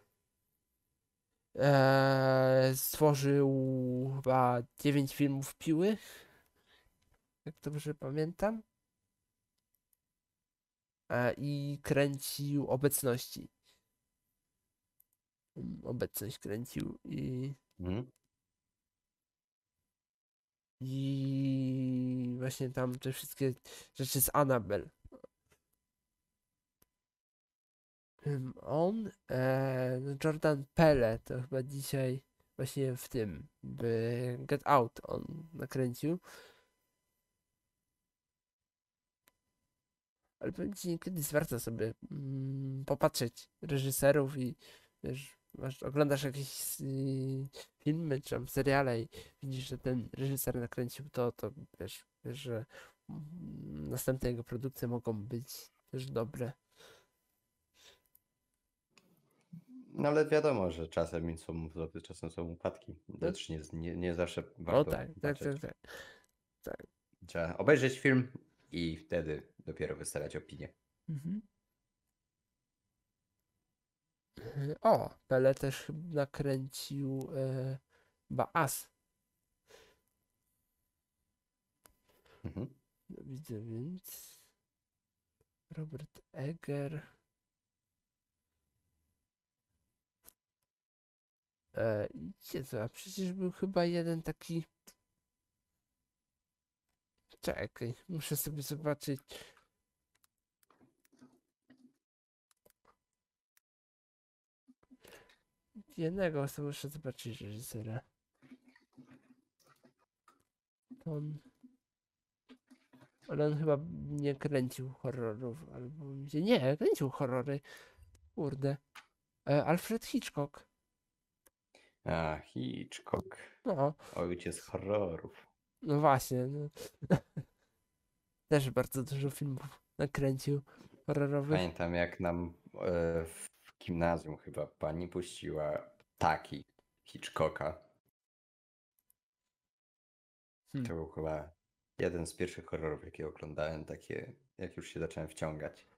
stworzył chyba 9 filmów Piły, jak dobrze pamiętam. I kręcił Obecności. Obecność kręcił Mhm. i właśnie tam te wszystkie rzeczy z Annabelle. On, no Jordan Pele, to chyba dzisiaj właśnie w tym, w Get Out on nakręcił. Ale powiem ci, niekiedy warto sobie popatrzeć reżyserów i wiesz, oglądasz jakieś filmy czy tam seriale i widzisz, że ten reżyser nakręcił to wiesz, że następne jego produkcje mogą być też dobre. No ale wiadomo, że czasem są wzloty, czasem są upadki. To No, też nie zawsze o warto tak, tak, tak, patrzeć. tak, tak. Trzeba obejrzeć film i wtedy dopiero wystawiać opinię. Mhm. O, Pele też chyba nakręcił Baas. Mhm. Widzę więc. Robert Eger. Jezu, a przecież był chyba jeden taki. Czekaj, muszę sobie zobaczyć. Jednego sobie muszę zobaczyć reżysera. To on, ale on chyba nie kręcił horrorów, albo gdzie nie, kręcił horrory. Kurde. Alfred Hitchcock. A, Hitchcock. No, Ojciec horrorów. no właśnie. No. Też bardzo dużo filmów nakręcił horrorowych. Pamiętam, jak nam w gimnazjum chyba pani puściła taki Hitchcocka. Hmm. To był chyba jeden z pierwszych horrorów, jakie oglądałem, takie jak już się zacząłem wciągać.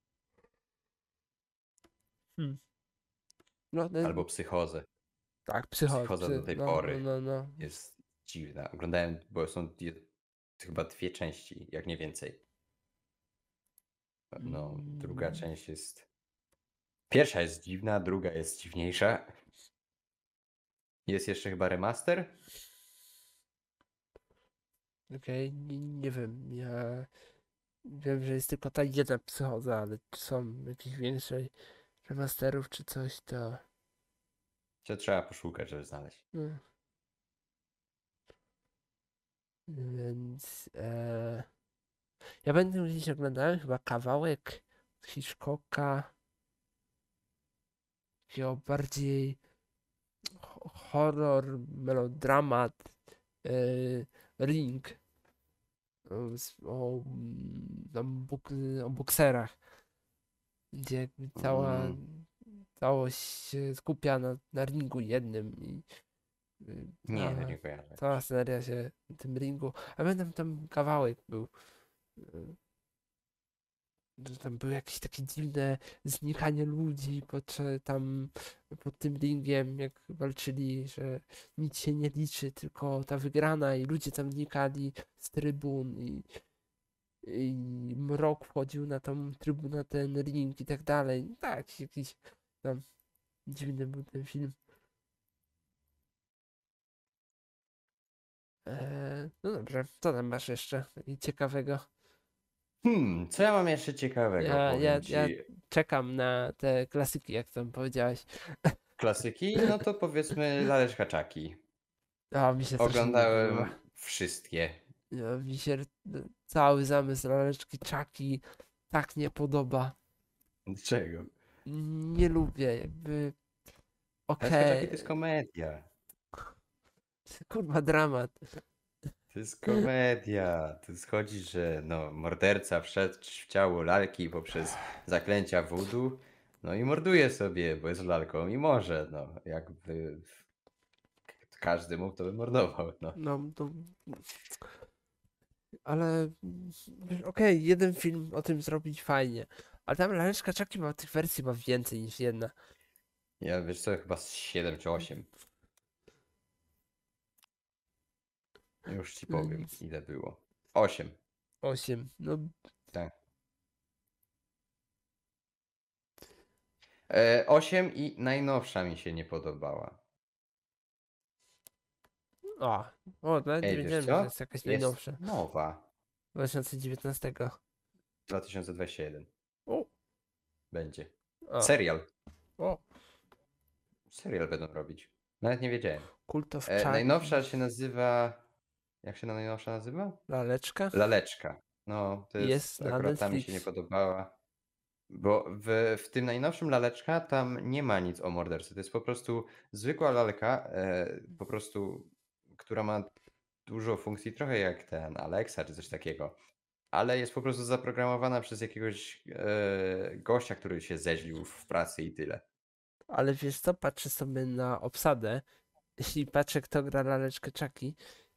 Hmm. No, Albo Psychozę. tak, Psychoza do tej pory no. jest dziwna. Oglądałem, bo są chyba dwie części, jak nie więcej. No, druga Mm, część jest Pierwsza jest dziwna, druga jest dziwniejsza. Jest jeszcze chyba remaster? Okej, nie wiem, ja wiem, że jest tylko ta jedna psychoza, ale czy są jakieś większe remasterów czy coś, to... To trzeba poszukać, żeby znaleźć. No, więc... Ja będę gdzieś oglądałem chyba kawałek Hitchcocka, takiego bardziej horror, melodramat, Ring, tam o bokserach, gdzie jakby Mm, całość się skupia na ringu jednym i nie, to nie kojarzę. cała sceneria się na tym ringu, a pamiętam tam kawałek był, y, że tam było jakieś takie dziwne znikanie ludzi pod tym ringiem, jak walczyli, że nic się nie liczy, tylko ta wygrana i ludzie tam znikali z trybun i mrok wchodził na tą trybunę, na ten ring i tak dalej. Tak, jakiś tam dziwny był ten film. No dobrze, co tam masz jeszcze ciekawego? Co ja mam jeszcze ciekawego, Ja powiem ci. czekam na te klasyki, jak tam powiedziałeś. Klasyki? No to powiedzmy Laleczka Czaki. A mi się strasznie nie podoba. Oglądałem wszystkie. Ja, mi się cały zamysł laleczki czaki tak nie podoba. Czego? Nie lubię, jakby Laleczka Czaki okej, to jest komedia. kurwa dramat. To jest komedia. Tu schodzi, że no, morderca wszedł w ciało lalki poprzez zaklęcia voodoo, no i morduje sobie, bo jest lalką i może, no, jakby każdy mógł, to by mordował, no. No, to, ale okej, jeden film o tym zrobić fajnie. Ale tam laleczka czaki ma tych wersji ma więcej niż jedna. Ja wiesz co, chyba z 7 czy 8. Już ci powiem, Więc ile było. 8, 8. No, tak. 8 i najnowsza mi się nie podobała. o, nawet nie Ej, wiesz wiedziałem, że co? jest jakaś Jest najnowsza. nowa. 2019. 2021 O, będzie. o, Serial. o, Serial będą robić. Nawet nie wiedziałem. Cult of Najnowsza Chucky, się nazywa. Jak się najnowsza nazywa? laleczka. Laleczka. No, to Jest jest. na Akurat ta mi się nie Netflix. podobała. Bo w tym najnowszym laleczka tam nie ma nic o mordercy. To jest po prostu zwykła lalka, po prostu, która ma dużo funkcji, trochę jak ten Alexa czy coś takiego. Ale jest po prostu zaprogramowana przez jakiegoś gościa, który się zeźlił w pracy i tyle. Ale wiesz co, patrzę sobie na obsadę. Jeśli patrzę, kto gra laleczkę Chucky.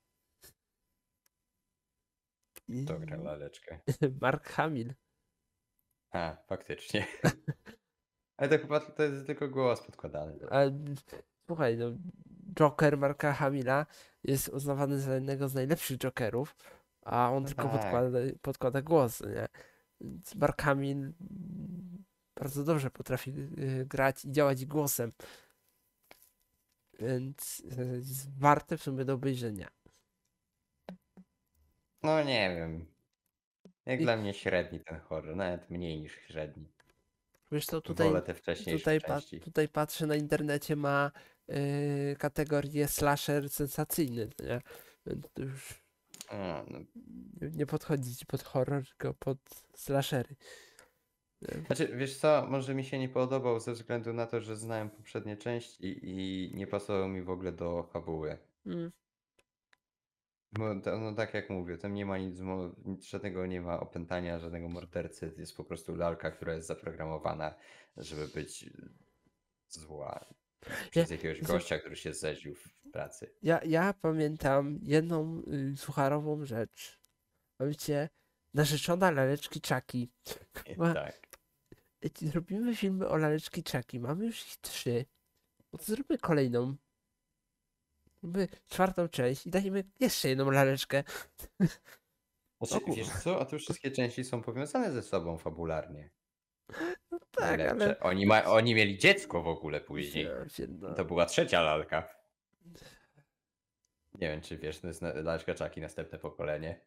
To gra i- laleczkę. Mark Hamill. A, faktycznie. Ale to chyba to jest tylko głos podkładany. A, słuchaj, no, Joker Marka Hamilla jest uznawany za jednego z najlepszych Jokerów, a on No tylko tak. podkłada głos, nie? Więc Mark Hamill bardzo dobrze potrafi grać i działać głosem, więc jest warte w sumie do obejrzenia. No nie wiem. Jak I dla mnie średni ten horror, nawet mniej niż średni. wiesz co, Wolę te wcześniejsze części. tutaj patrzę na internecie, ma kategorię slasher sensacyjny, nie? Więc to już A, no. nie podchodzi ci pod horror, tylko pod slashery. Znaczy, wiesz co, może mi się nie podobał ze względu na to, że znałem poprzednie części i nie pasował mi w ogóle do fabuły. Mm. Bo no tak jak mówię, tam nie ma nic, żadnego nie ma opętania, żadnego mordercy. To jest po prostu lalka, która jest zaprogramowana, żeby być zła Ja, przez jakiegoś wiesz co, gościa, który się zeźlił w pracy. ja pamiętam jedną sucharową rzecz. Mianowicie narzeczona laleczki Czaki. Tak. Zrobimy filmy o laleczki Czaki. Mamy już ich 3. No to zróbmy kolejną. Zróbmy 4. część i dajmy jeszcze jedną laleczkę. O Znaczy, wiesz kurwa. co, a tu wszystkie części są powiązane ze sobą fabularnie. Tak, ale Najlepsze. Oni mieli dziecko w ogóle później. ja się, no, To była trzecia lalka. Nie wiem, czy wiesz, to jest laleczka Chucky, następne pokolenie.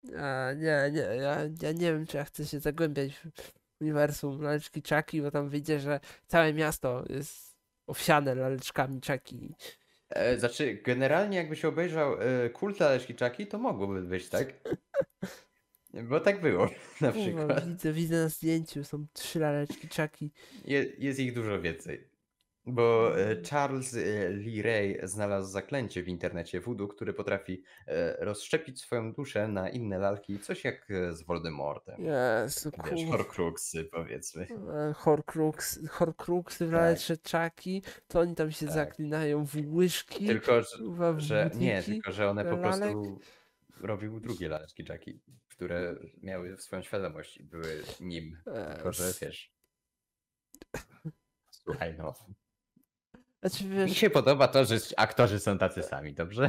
ja nie wiem, czy ja chcę się zagłębiać w uniwersum laleczki Chucky, bo tam wyjdzie, że całe miasto jest owsiane laleczkami Chucky. Znaczy, generalnie jakbyś obejrzał kult laleczki Chucky, to mogłoby być tak. Bo tak było, na Kurwa, przykład. widzę na zdjęciu, są 3 laleczki Chucky. Jest ich dużo więcej. Bo Charles Lee Ray znalazł zaklęcie w internecie voodoo, które potrafi rozszczepić swoją duszę na inne lalki, coś jak z Voldemortem. Jezu, Wiesz, Horcruxy powiedzmy. Horcruxy w Tak, laleczce Chucky, to oni tam się tak. zaklinają w łyżki, Tylko, kurwa, w nie, butyki tylko, że one dla po lalek. prostu robił drugie laleczki Jackie, które miały swoją świadomość i były nim. Tylko, że Es. wiesz, słuchaj no. Znaczy Mi wiesz, się podoba to, że aktorzy są tacy sami, dobrze?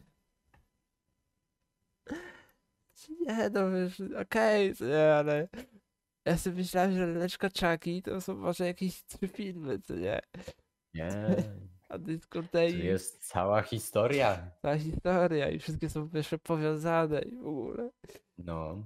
nie no wiesz, okej, nie, ale ja sobie myślałem, że laleczka Chucky to są może jakieś 3 filmy, co nie? Nie, A Discorda tu i jest cała historia. ta historia i wszystkie są jeszcze powiązane i w ogóle. No.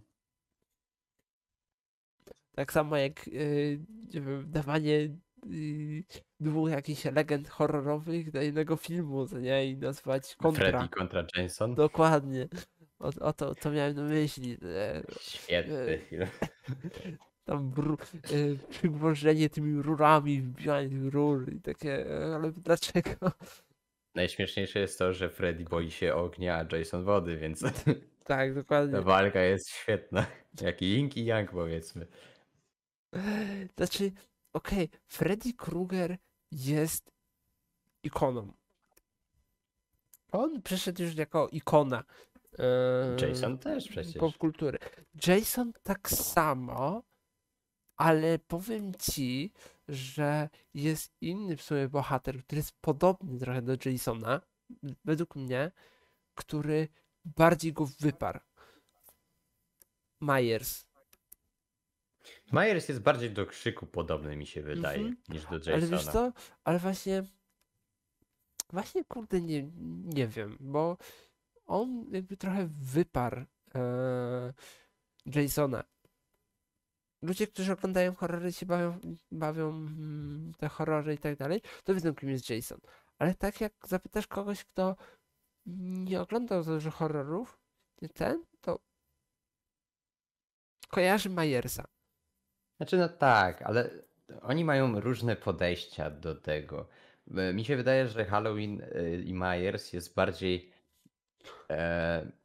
Tak samo jak nie wiem, dawanie dwóch jakichś legend horrorowych do jednego filmu, co nie? I nazwać Freddy Kontra. kontra Jason. Dokładnie. O to miałem na myśli. Nie? Świetny film. Tam przygwożdżenie tymi rurami, wbijanie tych rur i takie, ale dlaczego? Najśmieszniejsze jest to, że Freddy boi się ognia, a Jason wody, więc Tak, ta dokładnie. walka jest świetna. Jak Yin i Yang powiedzmy. Znaczy, okej, Freddy Krueger jest ikoną. On przeszedł już jako ikona Jason też przecież. popkultury. Jason tak samo, ale powiem ci, że jest inny w sumie bohater, który jest podobny trochę do Jasona, według mnie, który bardziej go wyparł. Myers. Myers jest bardziej do krzyku podobny, mi się wydaje, Mhm. niż do Ale wiesz Jasona. co? Ale właśnie kurde nie wiem, bo on jakby trochę wyparł Jasona. Ludzie, którzy oglądają horrory i się bawią te horrory i tak dalej, to wiedzą, kim jest Jason. Ale tak jak zapytasz kogoś, kto nie oglądał za dużo horrorów, nie ten, to kojarzy Myersa. Znaczy, no tak, ale oni mają różne podejścia do tego. Mi się wydaje, że Halloween i Myers jest e,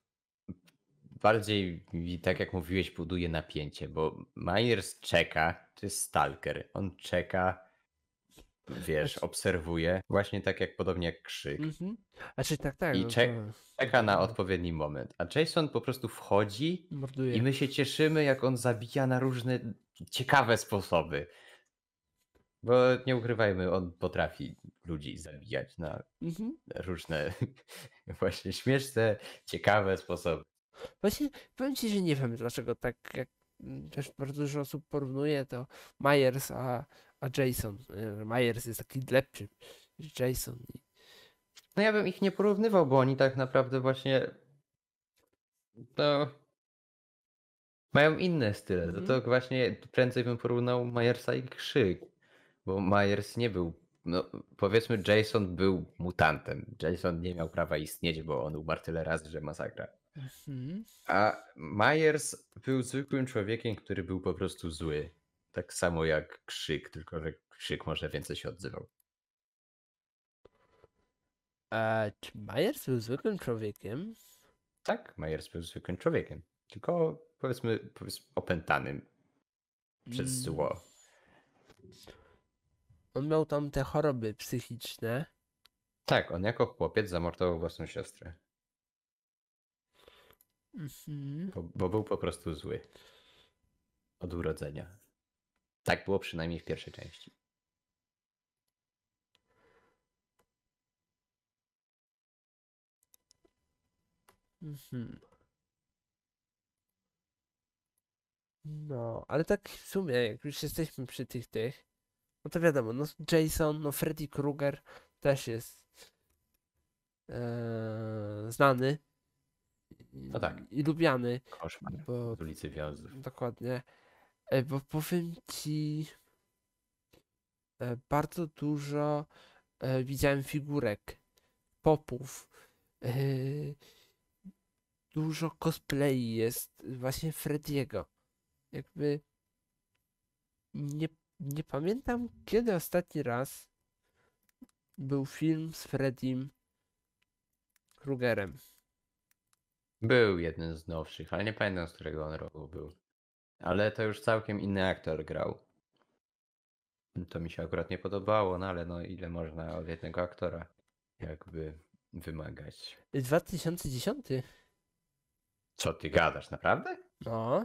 tak jak mówiłeś, buduje napięcie, bo Myers czeka, to jest stalker. On czeka, wiesz, Znaczy, obserwuje, właśnie tak jak podobnie jak krzyk. mhm. Znaczy tak, I no to czeka na odpowiedni moment. A Jason po prostu wchodzi i morduje. my się cieszymy, jak on zabija na różne ciekawe sposoby. Bo nie ukrywajmy, on potrafi ludzi zabijać na Mhm. różne właśnie śmieszne, ciekawe sposoby. Właśnie powiem ci, że nie wiem dlaczego tak jak też bardzo dużo osób porównuje to Myers a Jason. Myers jest taki lepszy niż Jason. No ja bym ich nie porównywał, bo oni tak naprawdę właśnie no, mają inne style. To, Mhm. to właśnie prędzej bym porównał Myersa i Krzyk. Bo Myers nie był, no powiedzmy Jason był mutantem. Jason nie miał prawa istnieć, bo on umarł tyle razy, że masakra. Mhm. A Myers był zwykłym człowiekiem, który był po prostu zły. Tak samo jak Krzyk, tylko że Krzyk może więcej się odzywał. A czy Myers był zwykłym człowiekiem? Tak, Myers był zwykłym człowiekiem. Tylko powiedzmy opętanym przez Mm. zło. On miał tam te choroby psychiczne. Tak, on jako chłopiec zamordował własną siostrę. Mhm. Bo był po prostu zły. Od urodzenia. Tak było przynajmniej w pierwszej części. Mhm. No, ale tak w sumie, jak już jesteśmy przy tych, no to wiadomo, no Jason, no Freddy Krueger też jest znany No tak, i lubiany, koszmar bo z ulicy Wiozdów. dokładnie, bo powiem ci, bardzo dużo widziałem figurek, popów, e, dużo cosplayi jest właśnie Frediego. Jakby nie, nie pamiętam, kiedy ostatni raz był film z Freddym Krugerem. Był jeden z nowszych, ale nie pamiętam z którego on roku był. Ale to już całkiem inny aktor grał. To mi się akurat nie podobało, no ale no ile można od jednego aktora jakby wymagać. 2010? Co ty gadasz, naprawdę? No,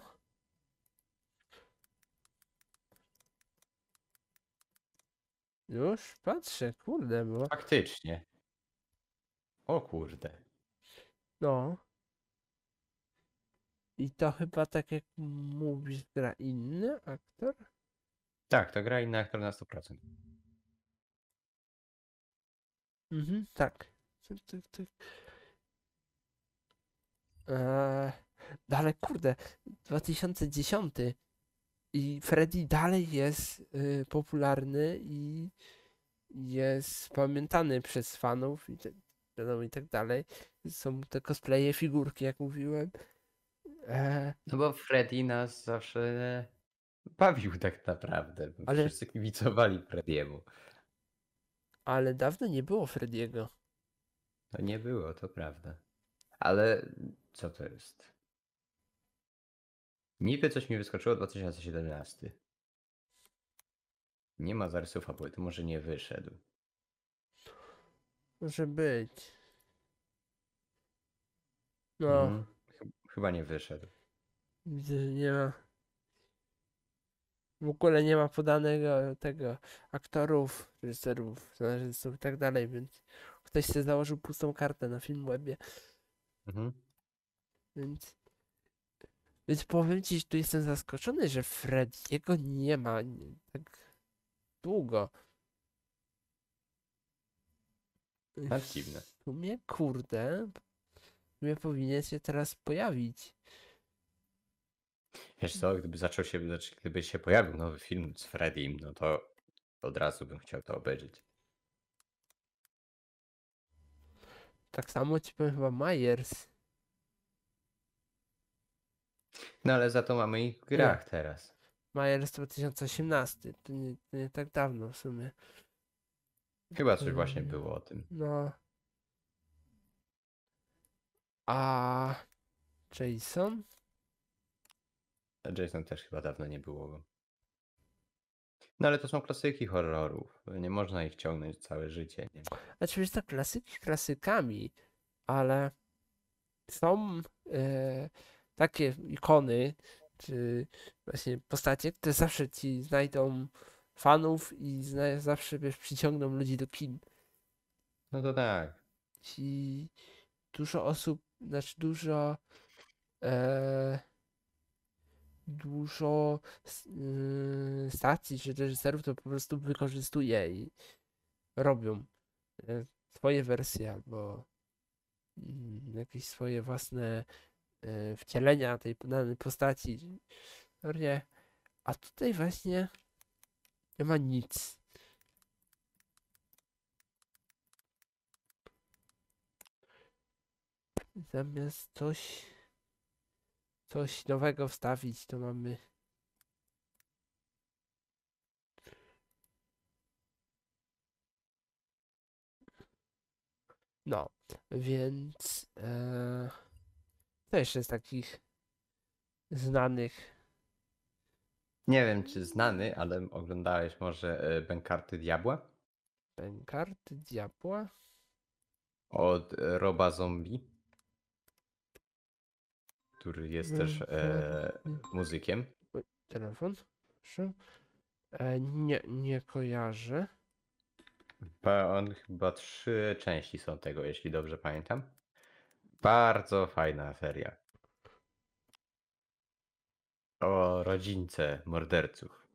już patrzę, kurde, bo Faktycznie. O kurde. no. I to chyba tak jak mówisz, gra inny aktor? Tak, to gra inny aktor na 100%. Mhm, tak. Tak, tak, tak. Eee, no ale kurde, 2010 i Freddy dalej jest popularny i jest pamiętany przez fanów i, wiadomo, i tak dalej. Są te cosplaye, figurki, jak mówiłem. Eee, No bo Freddy nas zawsze bawił tak naprawdę. ale, Wszyscy kibicowali Frediemu. ale dawno nie było Frediego. To nie było, to prawda. Ale co to jest? Niby coś mi wyskoczyło 2017. Nie ma zarysu fabuły, to może nie wyszedł. Może być. No, Mhm. Chyba nie wyszedł. widzę, że nie ma. W ogóle nie ma podanego tego aktorów, reżyserów, scenarzystów i tak dalej, więc ktoś sobie założył pustą kartę na Filmwebie, Mhm. więc, więc powiem ci, że tu jestem zaskoczony, że Frediego nie ma tak długo. Ale W dziwne. sumie, kurde, w sumie powinien się teraz pojawić. Wiesz co, gdyby się pojawił nowy film z Freddym, no to od razu bym chciał to obejrzeć. Tak samo ci powiem chyba Myers. No ale za to mamy ich w Nie, grach teraz. Myers 2018, to nie tak dawno w sumie. Chyba coś właśnie było o tym. No, a Jason? A Jason też chyba dawno nie było go. No ale to są klasyki horrorów. Nie można ich ciągnąć całe życie, nie? Znaczy, wiesz, to klasyki klasykami, ale są takie ikony, czy właśnie postacie, które zawsze ci znajdą fanów i zawsze, wiesz, przyciągną ludzi do kin. No to tak. Ci dużo osób, znaczy e, dużo stacji czy reżyserów to po prostu wykorzystuje i robią swoje wersje albo jakieś swoje własne wcielenia tej danej postaci. No nie. A tutaj właśnie nie ma nic. Zamiast coś nowego wstawić, to mamy. No, więc to jeszcze z takich znanych Nie wiem czy znany, ale oglądałeś może Bękarty Diabła? kart diabła. Od Roba Zombie, który jest też muzykiem. Oj, telefon. Proszę. Nie kojarzę. On chyba 3 części są tego, jeśli dobrze pamiętam. Bardzo fajna seria. O rodzince morderców.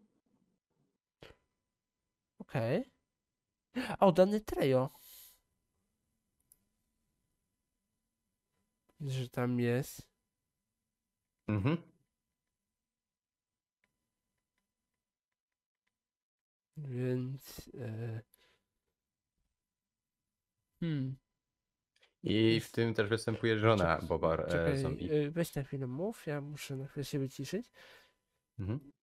Okej. O, Danny Trejo, że tam jest, Mhm. więc... hmm. I w Jest, tym też występuje żona czek- Boba czekaj, Zombie. weź na chwilę mów, ja muszę na chwilę się wyciszyć. Mhm.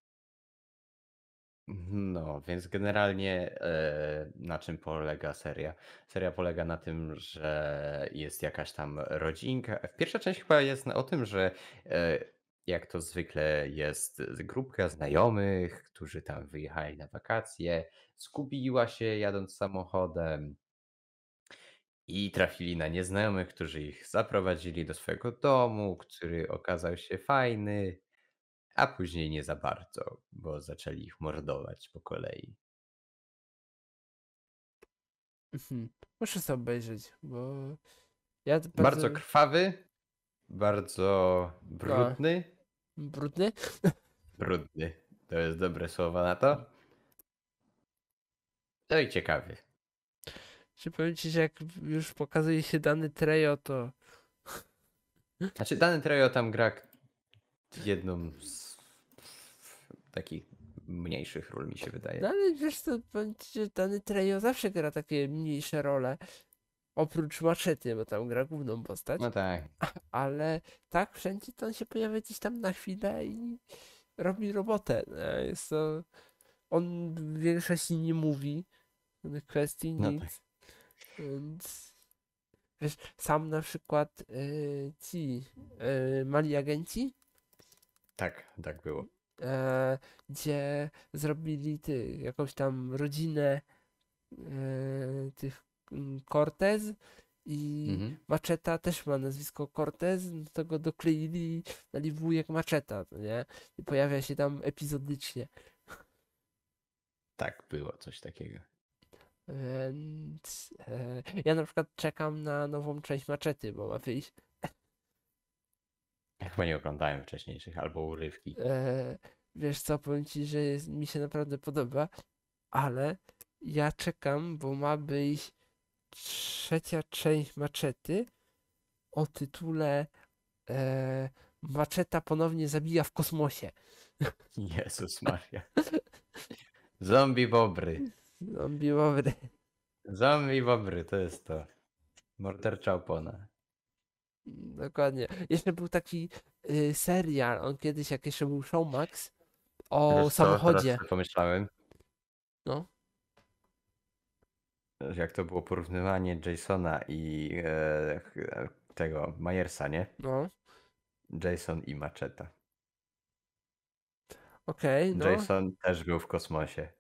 No, więc generalnie na czym polega seria? Seria polega na tym, że jest jakaś tam rodzinka. Pierwsza część chyba jest o tym, że e, jak to zwykle jest grupka znajomych, którzy tam wyjechali na wakacje, zgubiła się jadąc samochodem i trafili na nieznajomych, którzy ich zaprowadzili do swojego domu, który okazał się fajny, a później nie za bardzo, bo zaczęli ich mordować po kolei. Mhm. Muszę sobie obejrzeć, bo ja bardzo... Bardzo krwawy, bardzo No, brudny. brudny. Brudny. To jest dobre słowo na to. No i ciekawy. Czy powiem ci, że jak już pokazuje się dany Trejo, to... Znaczy, dany Trejo tam gra jedną z takich mniejszych ról, mi się wydaje. No ale wiesz co, powiem ci, że dany Trejo zawsze gra takie mniejsze role. Oprócz Machety, bo tam gra główną postać. No tak. Ale tak, wszędzie to on się pojawia gdzieś tam na chwilę i robi robotę. Jest to... On w większości nie mówi żadnych kwestii, No tak. nic. Więc... Wiesz, sam na przykład ci mali agenci, Tak, tak było. gdzie zrobili jakąś tam rodzinę tych Cortez i Mhm. Macheta też ma nazwisko Cortez, do tego dokleili i dali wujek Macheta, no nie? I pojawia się tam epizodycznie. Tak, było coś takiego. Więc ja na przykład czekam na nową część Machety, bo ma wyjść. Ja chyba nie oglądałem wcześniejszych albo urywki. Wiesz co, powiem ci, że mi się naprawdę podoba, ale ja czekam, bo ma być trzecia część Machety o tytule Macheta ponownie zabija w kosmosie. Jezus Maria. Zombie Bobry. Zombie dobry. Zombie Bobry, to jest to. Mordercza opona. Dokładnie. Jeszcze był taki serial, on kiedyś, jak jeszcze był Showmax, o Wiesz co, teraz samochodzie. sobie pomyślałem, No, jak to było porównywanie Jasona i tego Myersa, nie? no, Jason i Macheta. okej, no. Jason też był w kosmosie.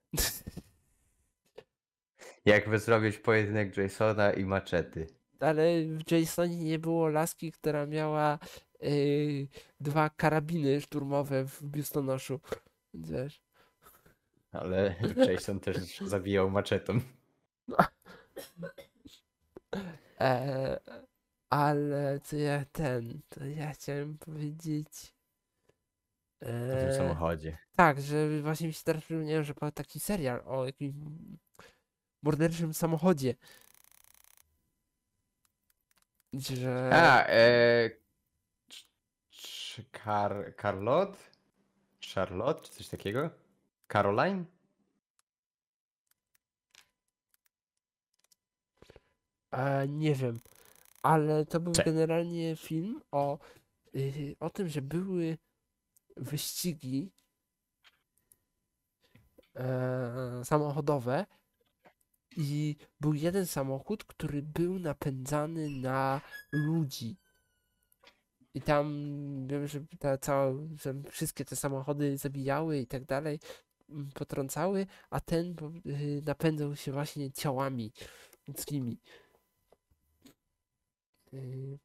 Jakby zrobić pojedynek Jasona i Machety. Ale w Jasonie nie było laski, która miała dwa karabiny szturmowe w biustonoszu. Więc wiesz. Ale Jason też zabijał maczetą. E, ale to ja chciałem powiedzieć. O tym E, samochodzie. tak, że właśnie mi się teraz przypomniałem, że był taki serial o jakimś morderczym samochodzie. Że A, Charlotte? Charlotte, czy coś takiego? Caroline? nie wiem, ale to był Cze. generalnie film o tym, że były wyścigi samochodowe i był jeden samochód, który był napędzany na ludzi. I tam wiem, że że wszystkie te samochody zabijały i tak dalej, potrącały, a ten napędzał się właśnie ciałami ludzkimi. Y,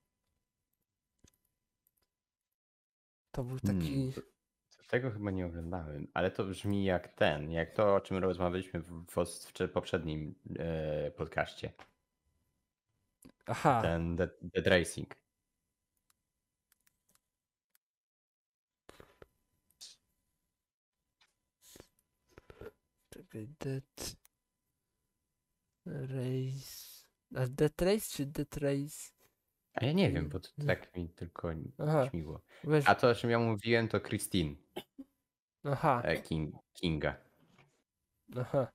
To był Hmm. taki... Tego chyba nie oglądałem, ale to brzmi jak ten, jak to, o czym rozmawialiśmy w poprzednim podcaście. Aha, Ten Dead Racing. Czekaj, Death Race czy Death Race? A ja nie wiem, bo to tak mi tylko Aha, śmigło. weź, A to, o czym ja mówiłem, to Christine aha, Kinga. aha.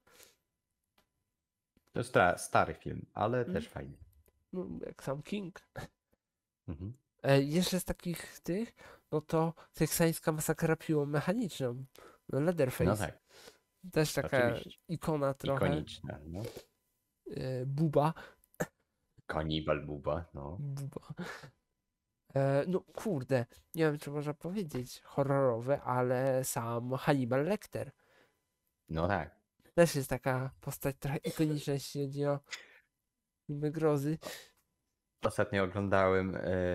To stary film, ale Mm, też fajny. no, jak sam King. Mhm. Jeszcze z takich tych, no to teksańska masakra piłą mechaniczną. No, No Leatherface. tak, Też taka oczywiście. ikona trochę. Ikoniczna, no. Buba. Kanibal Buba, no. Buba. No kurde, nie wiem czy można powiedzieć horrorowe, ale sam Hannibal Lecter. No tak. Też jest taka postać trochę ikoniczna, jeśli chodzi o filmy grozy. Ostatnio oglądałem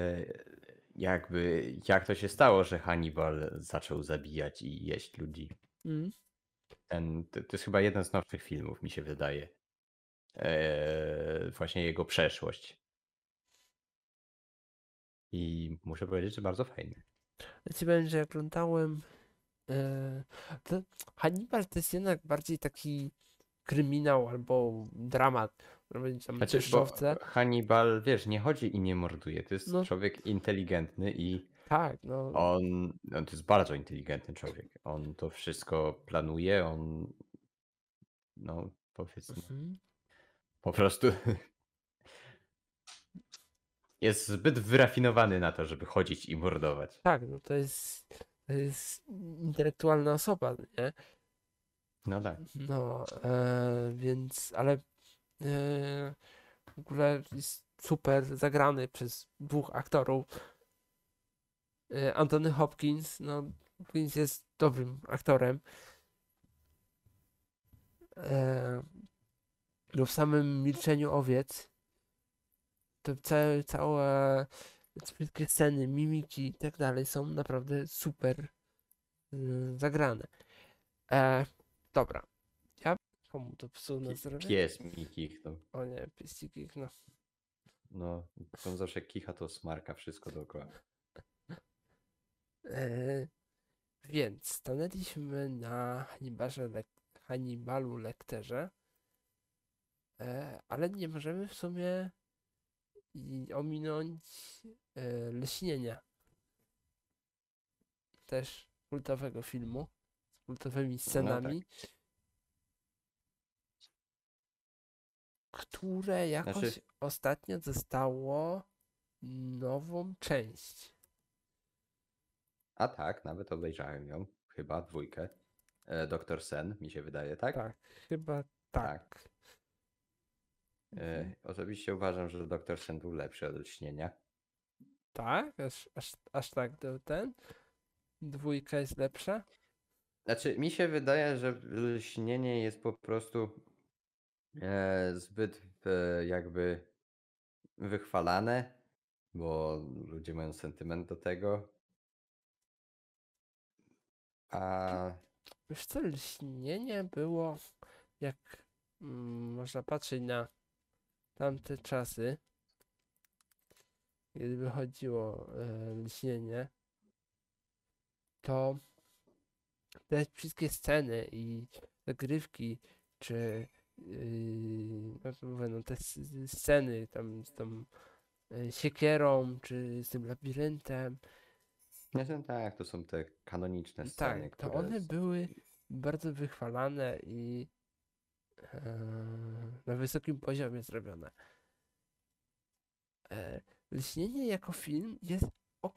jak to się stało, że Hannibal zaczął zabijać i jeść ludzi. Mm. To jest chyba jeden z nowszych filmów, mi się wydaje. Właśnie jego przeszłość. I muszę powiedzieć, że bardzo fajny. Ja ci powiem, że jak oglądałem to Hannibal to jest jednak bardziej taki kryminał albo dramat. Może być tam Znaczy, bo deszczowce. Hannibal, wiesz, nie chodzi i nie morduje. To jest No człowiek inteligentny i tak, no. on to jest bardzo inteligentny człowiek. On to wszystko planuje, no powiedzmy, Mhm. po prostu jest zbyt wyrafinowany na to, żeby chodzić i mordować. Tak, no to jest intelektualna osoba, nie? No tak. No, więc, ale w ogóle jest super zagrany przez dwóch aktorów. Anthony Hopkins, no, Hopkins jest dobrym aktorem. No w samym Milczeniu Owiec to całe wszystkie sceny, mimiki i tak dalej są naprawdę super zagrane. Dobra, ja komu to psu na zdrowie? Pies mi kichnął. O nie, pieściki, no. No, on zawsze kicha, to smarka wszystko dookoła. E, więc stanęliśmy na Hannibalu Lecterze, ale nie możemy w sumie ominąć Lśnienia. Też kultowego filmu z kultowymi No tak. scenami, które jakoś Znaczy, ostatnio dostało nową część. a tak, nawet obejrzałem ją. Chyba dwójkę. Doktor Sen, mi się wydaje, tak? Tak, chyba Tak. tak. Mhm. Osobiście uważam, że Doktor Sen był lepszy od Lśnienia. Tak? Aż tak ten? Dwójka jest lepsza? Znaczy, mi się wydaje, że Lśnienie jest po prostu zbyt jakby wychwalane, bo ludzie mają sentyment do tego. A Wiesz co, Lśnienie było, jak można patrzeć na tamte czasy, kiedy wychodziło Lśnienie, to te wszystkie sceny i zagrywki, czy jak to mówię, no te sceny tam z tą siekierą, czy z tym labiryntem, znaczy, tak, to są te kanoniczne sceny, tak, to które. one były bardzo wychwalane i na wysokim poziomie zrobione. Lśnienie jako film jest ok.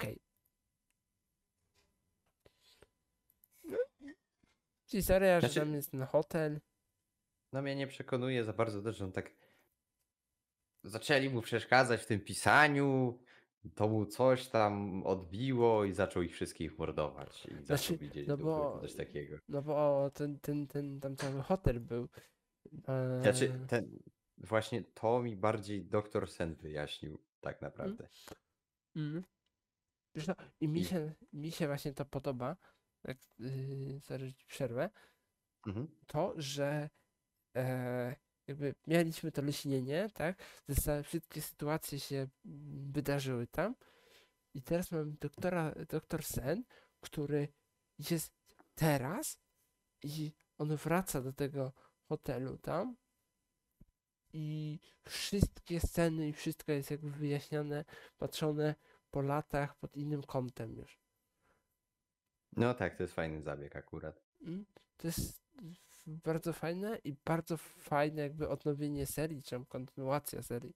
Historia, że tam Znaczy, jest ten hotel. no mnie nie przekonuje za bardzo też, że on tak. Zaczęli mu przeszkadzać w tym pisaniu, to mu coś tam odbiło i zaczął ich wszystkich mordować i zaczął Znaczy, widzieć no duchy, czy bo, coś takiego. no bo ten tam cały hotel był. Znaczy, właśnie to mi bardziej doktor Sen wyjaśnił tak Mm, naprawdę. mm. Wiesz co, i mi I, się, mi się właśnie to podoba, jak sorry, że ci przerwę, mhm. to, że jakby mieliśmy to lśnienie, tak? Wszystkie sytuacje się wydarzyły tam i teraz mamy doktor Sen, który jest teraz i on wraca do tego hotelu tam i wszystkie sceny i wszystko jest jakby wyjaśnione, patrzone po latach pod innym kątem już. No tak, to jest fajny zabieg akurat. Mm. To jest bardzo fajne i bardzo fajne jakby odnowienie serii, czy tam kontynuacja serii.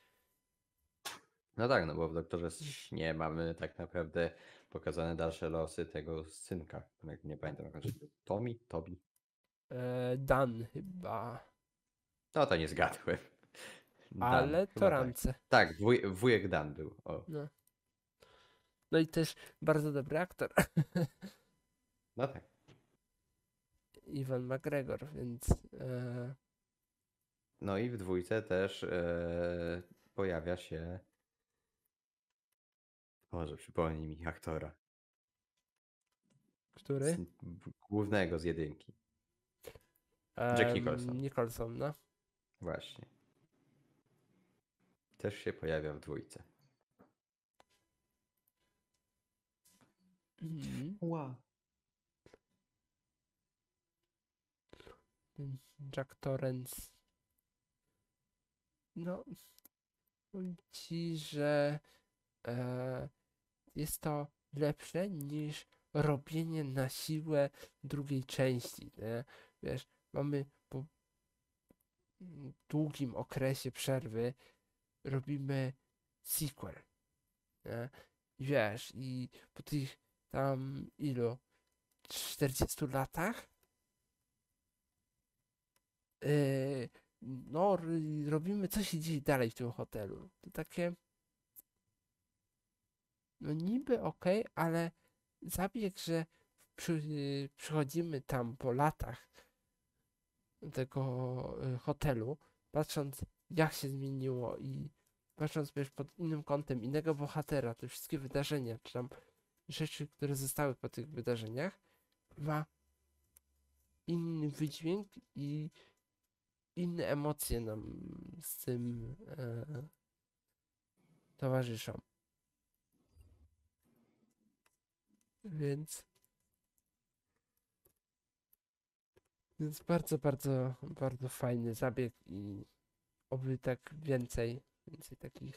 No tak, no bo w Doktorze Śnie mamy tak naprawdę pokazane dalsze losy tego synka. Jak nie pamiętam, jak on się nazywa. Tommy? Toby? Dan chyba, No to nie zgadłem. Dan, ale to chyba tak. rance. Tak, wujek Dan był. O, No. No i też bardzo dobry aktor. no tak. Iwan McGregor, więc No i w dwójce też pojawia się. Może przypomnij mi aktora. który? Głównego z jedynki. Jack Nicholson. Nicholson, no. Właśnie. Też się pojawia w dwójce. Mhm. Wow. Jack Torrance. No, powiem ci, że jest to lepsze niż robienie na siłę drugiej części. Nie? Wiesz, mamy po długim okresie przerwy robimy sequel. Nie? I wiesz, i po tych tam ilu 40 latach no robimy co się dzieje dalej w tym hotelu. To takie no niby okej, ale zabieg, że przychodzimy tam po latach tego hotelu, patrząc jak się zmieniło i patrząc wiesz, pod innym kątem innego bohatera, te wszystkie wydarzenia, czy tam rzeczy, które zostały po tych wydarzeniach, ma inny wydźwięk i inne emocje nam z tym towarzyszą. Więc, więc bardzo, bardzo, bardzo fajny zabieg i oby tak więcej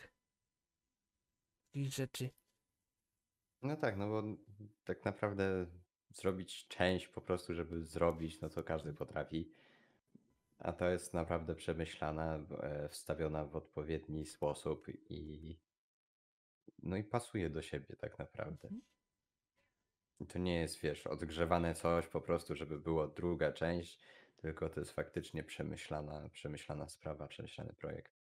takich rzeczy. No tak, no bo tak naprawdę zrobić część po prostu, żeby zrobić, no to każdy potrafi. A to jest naprawdę przemyślana, wstawiona w odpowiedni sposób i no i pasuje do siebie tak naprawdę. I to nie jest, wiesz, odgrzewane coś po prostu, żeby była druga część, tylko to jest faktycznie przemyślana sprawa, przemyślany projekt.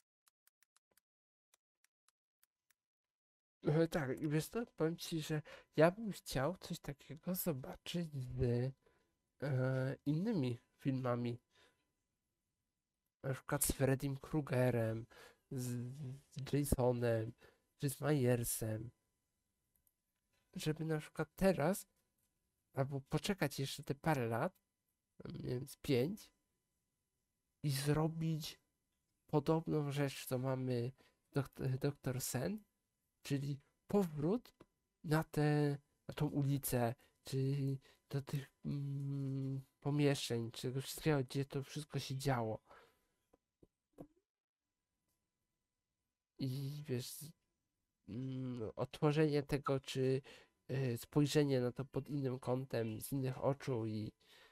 Tak, i wiesz co, powiem ci, że ja bym chciał coś takiego zobaczyć z innymi filmami. Na przykład z Freddym Kruegerem, z Jasonem, czy z Myersem. Żeby na przykład teraz, albo poczekać jeszcze te parę lat, nie wiem, z 5 i zrobić podobną rzecz, co mamy Doktor Sen, czyli powrót na tą ulicę, czy do tych pomieszczeń, czy tego wszystkiego, gdzie to wszystko się działo. I wiesz, otworzenie tego, czy spojrzenie na to pod innym kątem, z innych oczu i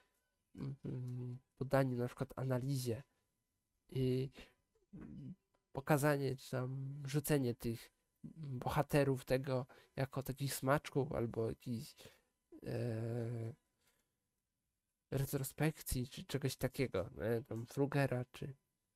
podanie na przykład analizie i pokazanie, czy tam rzucenie tych bohaterów tego jako takich smaczków albo jakichś retrospekcji, czy czegoś takiego, nie? Tam Frugera, czy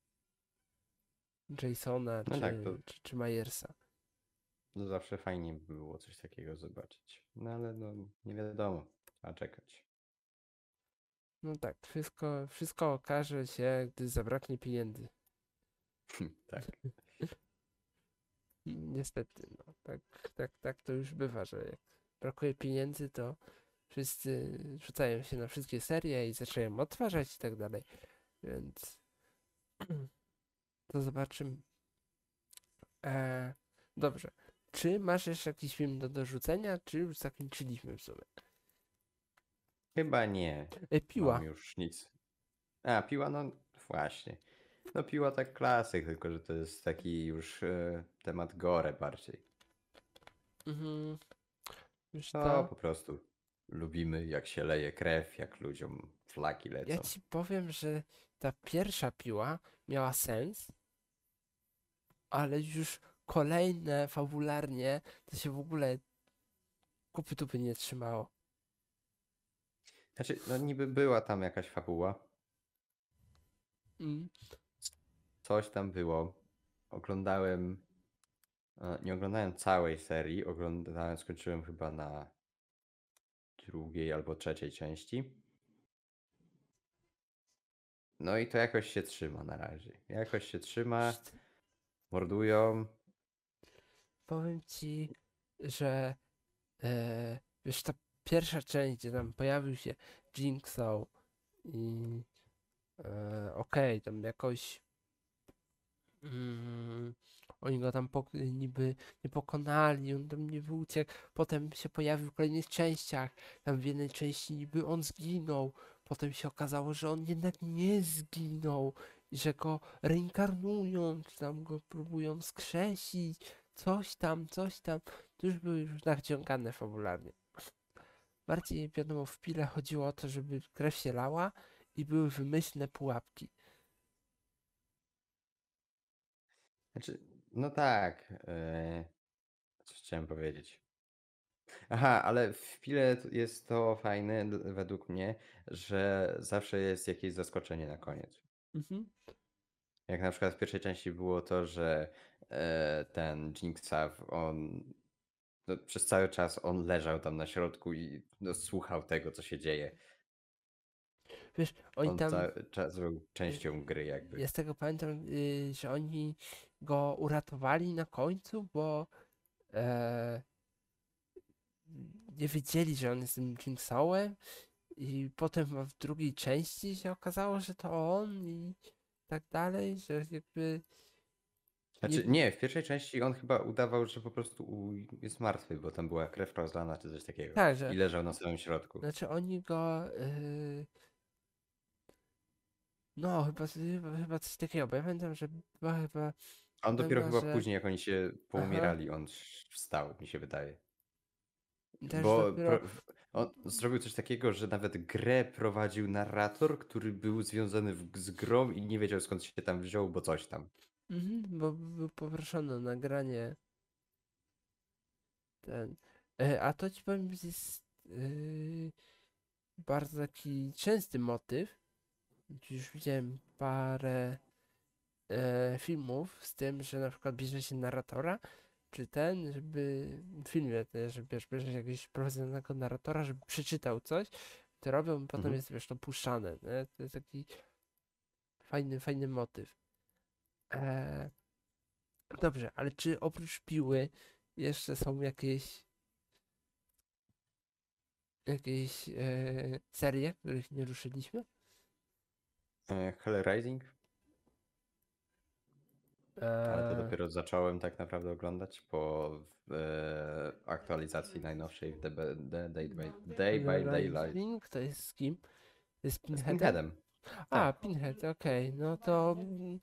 Jasona, No tak, czy Myersa. to zawsze fajnie by było coś takiego zobaczyć. No ale no nie wiadomo, trzeba czekać. No tak, wszystko okaże się, gdy zabraknie pieniędzy. Tak. Niestety, no, tak to już bywa, że jak brakuje pieniędzy, to wszyscy rzucają się na wszystkie serie i zaczynają odtwarzać i tak dalej. Więc to zobaczymy. Dobrze. Czy masz jeszcze jakiś film do dorzucenia, czy już zakończyliśmy w sumie? Chyba nie. Mam Piła. już nic. A, Piła, no właśnie. No Piła tak klasyk, tylko że to jest taki już temat gore bardziej. Mhm. Wiesz No co? po prostu lubimy jak się leje krew, jak ludziom flaki Ja lecą. ci powiem, że ta pierwsza piła miała sens, ale już kolejne fabularnie to się w ogóle kupy tupy nie trzymało. Znaczy, no niby była tam jakaś fabuła. Mm. Coś tam było. Oglądałem, nie oglądałem całej serii, skończyłem chyba na drugiej albo trzeciej części. No i to jakoś się trzyma na razie. Jakoś się trzyma, Wiesz co, mordują. powiem ci, że wiesz, ta pierwsza część, gdzie tam pojawił się Jigsaw i okej, tam jakoś mm, oni go tam niby nie pokonali, on tam niby uciekł, potem się pojawił w kolejnych częściach, tam w jednej części niby on zginął, potem się okazało, że on jednak nie zginął i że go reinkarnują, czy tam go próbują skrzesić, coś tam, to już były już naciągane fabularnie. Bardziej wiadomo, w Pile chodziło o to, żeby krew się lała i były wymyślne pułapki. Znaczy, no tak. Co chciałem powiedzieć? Aha, ale w Pile jest to fajne według mnie, że zawsze jest jakieś zaskoczenie na koniec. Mhm. Jak na przykład w pierwszej części było to, że ten Jigsaw, on no, przez cały czas on leżał tam na środku i no, słuchał tego, co się dzieje. Wiesz, oni On tam, cały czas był y, częścią gry jakby. ja z tego pamiętam, że oni go uratowali na końcu, bo e, nie wiedzieli, że on jest tym Jigsawem i potem w drugiej części się okazało, że to on i tak dalej, że jakby nie... Znaczy nie, w pierwszej części on chyba udawał, że po prostu jest martwy, bo tam była krew rozlana czy coś takiego. Tak, I że leżał na samym środku. znaczy oni go no chyba coś takiego, bo ja pamiętam, że była chyba A on dopiero pewna, chyba że później, jak oni się aha, poumierali, on wstał, mi się wydaje. też Bo dopiero on zrobił coś takiego, że nawet grę prowadził narrator, który był związany z grą i nie wiedział skąd się tam wziął, bo coś tam. bo był poproszony o nagranie ten. A to ci powiem, że jest bardzo taki częsty motyw. Już widziałem parę filmów z tym, że na przykład bierze się narratora, czy ten, żeby w filmie też, że bierze się jakiegoś profesjonalnego narratora, żeby przeczytał coś, to robią i potem Mhm. jest wiesz to puszczane. Nie? To jest taki fajny motyw. E, dobrze, ale czy oprócz piły jeszcze są jakieś serie, których nie ruszyliśmy? Hell Rising, ale to E, dopiero zacząłem tak naprawdę oglądać po aktualizacji najnowszej w Day by Daylight Rising to jest z kim? Z z Pinheadem? Pinheadem. A, Tak. Pinhead, okej, no to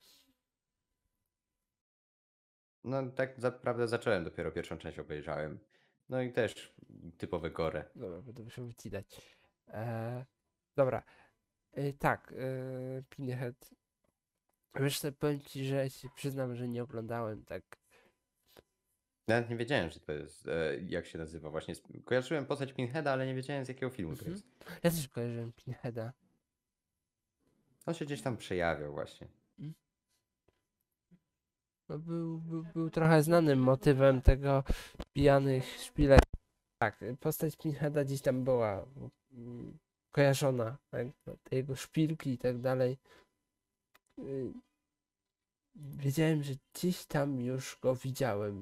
No tak naprawdę zacząłem, dopiero pierwszą część obejrzałem. No i też typowe gore. dobra, będę musiał wycinać. Dobra, tak, Pinhead. Wiesz co, powiem ci, że się przyznam, że nie oglądałem tak. Nawet nie wiedziałem, że to jest, jak się nazywa właśnie. Kojarzyłem postać Pinheada, ale nie wiedziałem z jakiego filmu to Mhm. jest. Ja też kojarzyłem Pinheada. On się gdzieś tam przejawiał właśnie. Mm. No był trochę znanym motywem tego pijanych szpilek. Tak, postać Pinheada gdzieś tam była kojarzona, tak? Te jego szpilki i tak dalej. Y, Wiedziałem, że gdzieś tam już go widziałem.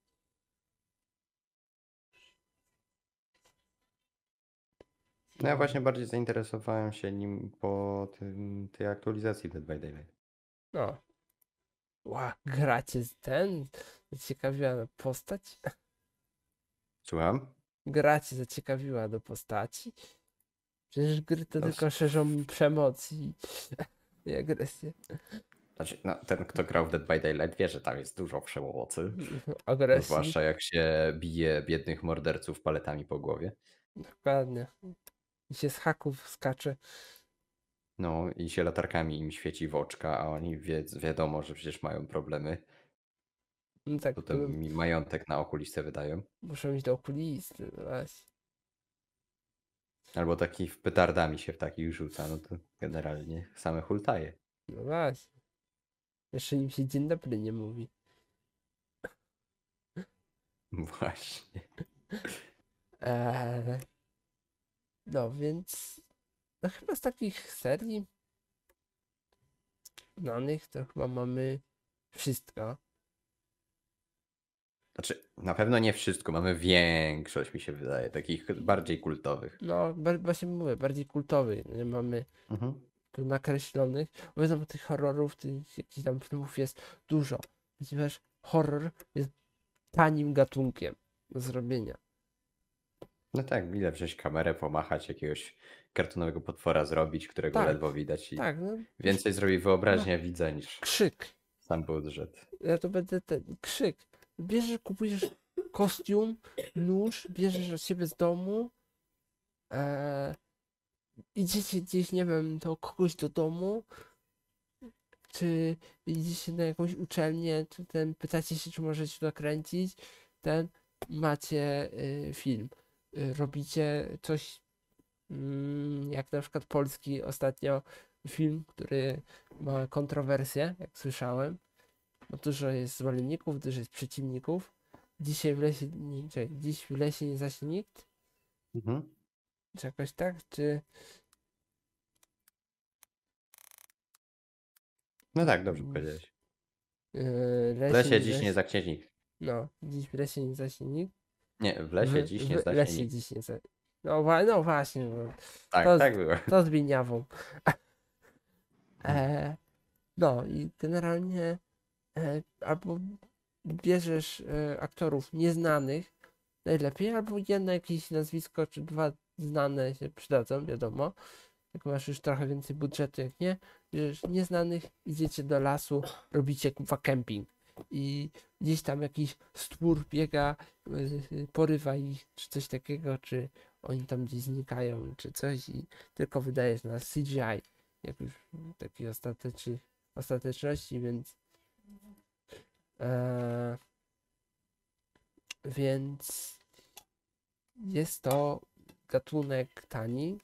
No ja No, właśnie bardziej zainteresowałem się nim po tej aktualizacji Dead by Daylight. no. Gracie z ten? Zaciekawiła postać? Słucham? Gra cię zaciekawiła do postaci? Przecież gry to To tylko szerzą przemoc i agresję. Znaczy, no, ten, kto grał w Dead by Daylight, wie, że tam jest dużo przemocy. Agresji, Zwłaszcza jak się bije biednych morderców paletami po głowie. dokładnie. I się z haków skacze. No i się latarkami im świeci w oczka, a oni wiadomo, że przecież mają problemy. No tak, Potem mi majątek na okulistę wydają. muszą iść do okulisty, no właśnie. Albo taki petardami się w takich rzuca, no to generalnie same hultaje. No właśnie. Jeszcze im się dzień dobry nie mówi. Właśnie. Eee, no więc no chyba z takich serii znanych to chyba mamy wszystko. Znaczy, na pewno nie wszystko, mamy większość, mi się wydaje, takich bardziej kultowych. No, właśnie mówię, bardziej kultowy. Nie mamy Mhm. tu nakreślonych. Bo wiadomo, tych horrorów, tych jakichś tam filmów jest dużo. Ponieważ horror jest tanim gatunkiem do zrobienia. No tak, ile wziąć kamerę, pomachać, jakiegoś kartonowego potwora zrobić, którego Tak, ledwo widać i tak, no, więcej zrobi no wyobraźnia widza niż krzyk. sam budżet. Ja to będę ten krzyk. Bierzesz, kupujesz kostium, nóż, bierzesz od siebie z domu, e, idziecie gdzieś, nie wiem, do kogoś do domu, czy idziecie na jakąś uczelnię, czy pytacie się, czy możecie to kręcić, macie film. Robicie coś, jak na przykład polski ostatnio film, który ma kontrowersję, jak słyszałem. Bo dużo jest zwolenników, dużo jest przeciwników. Dzisiaj w lesie, dziś w lesie nie zaśnie nikt, Mhm. czy jakoś tak, czy No tak, dobrze powiedziałeś. W lesie lesie nie dziś nie zaśnie, zaknie nikt. no, dziś w lesie nie zaśnie nikt, Nie, w lesie dziś nie w zaśnie lesie nikt. dziś nie zaśnie, no, no właśnie, bo Tak, to, tak było. to z Wieniawą. No i generalnie albo bierzesz aktorów nieznanych, najlepiej, albo jedno jakieś nazwisko, czy dwa znane się przydadzą, wiadomo. Jak masz już trochę więcej budżetu, jak nie, bierzesz nieznanych, idziecie do lasu, robicie kupa kemping i gdzieś tam jakiś stwór biega, porywa ich, czy coś takiego, czy oni tam gdzieś znikają, czy coś i tylko wydajesz na CGI, jak już takiej ostateczności, e, więc jest to gatunek tani.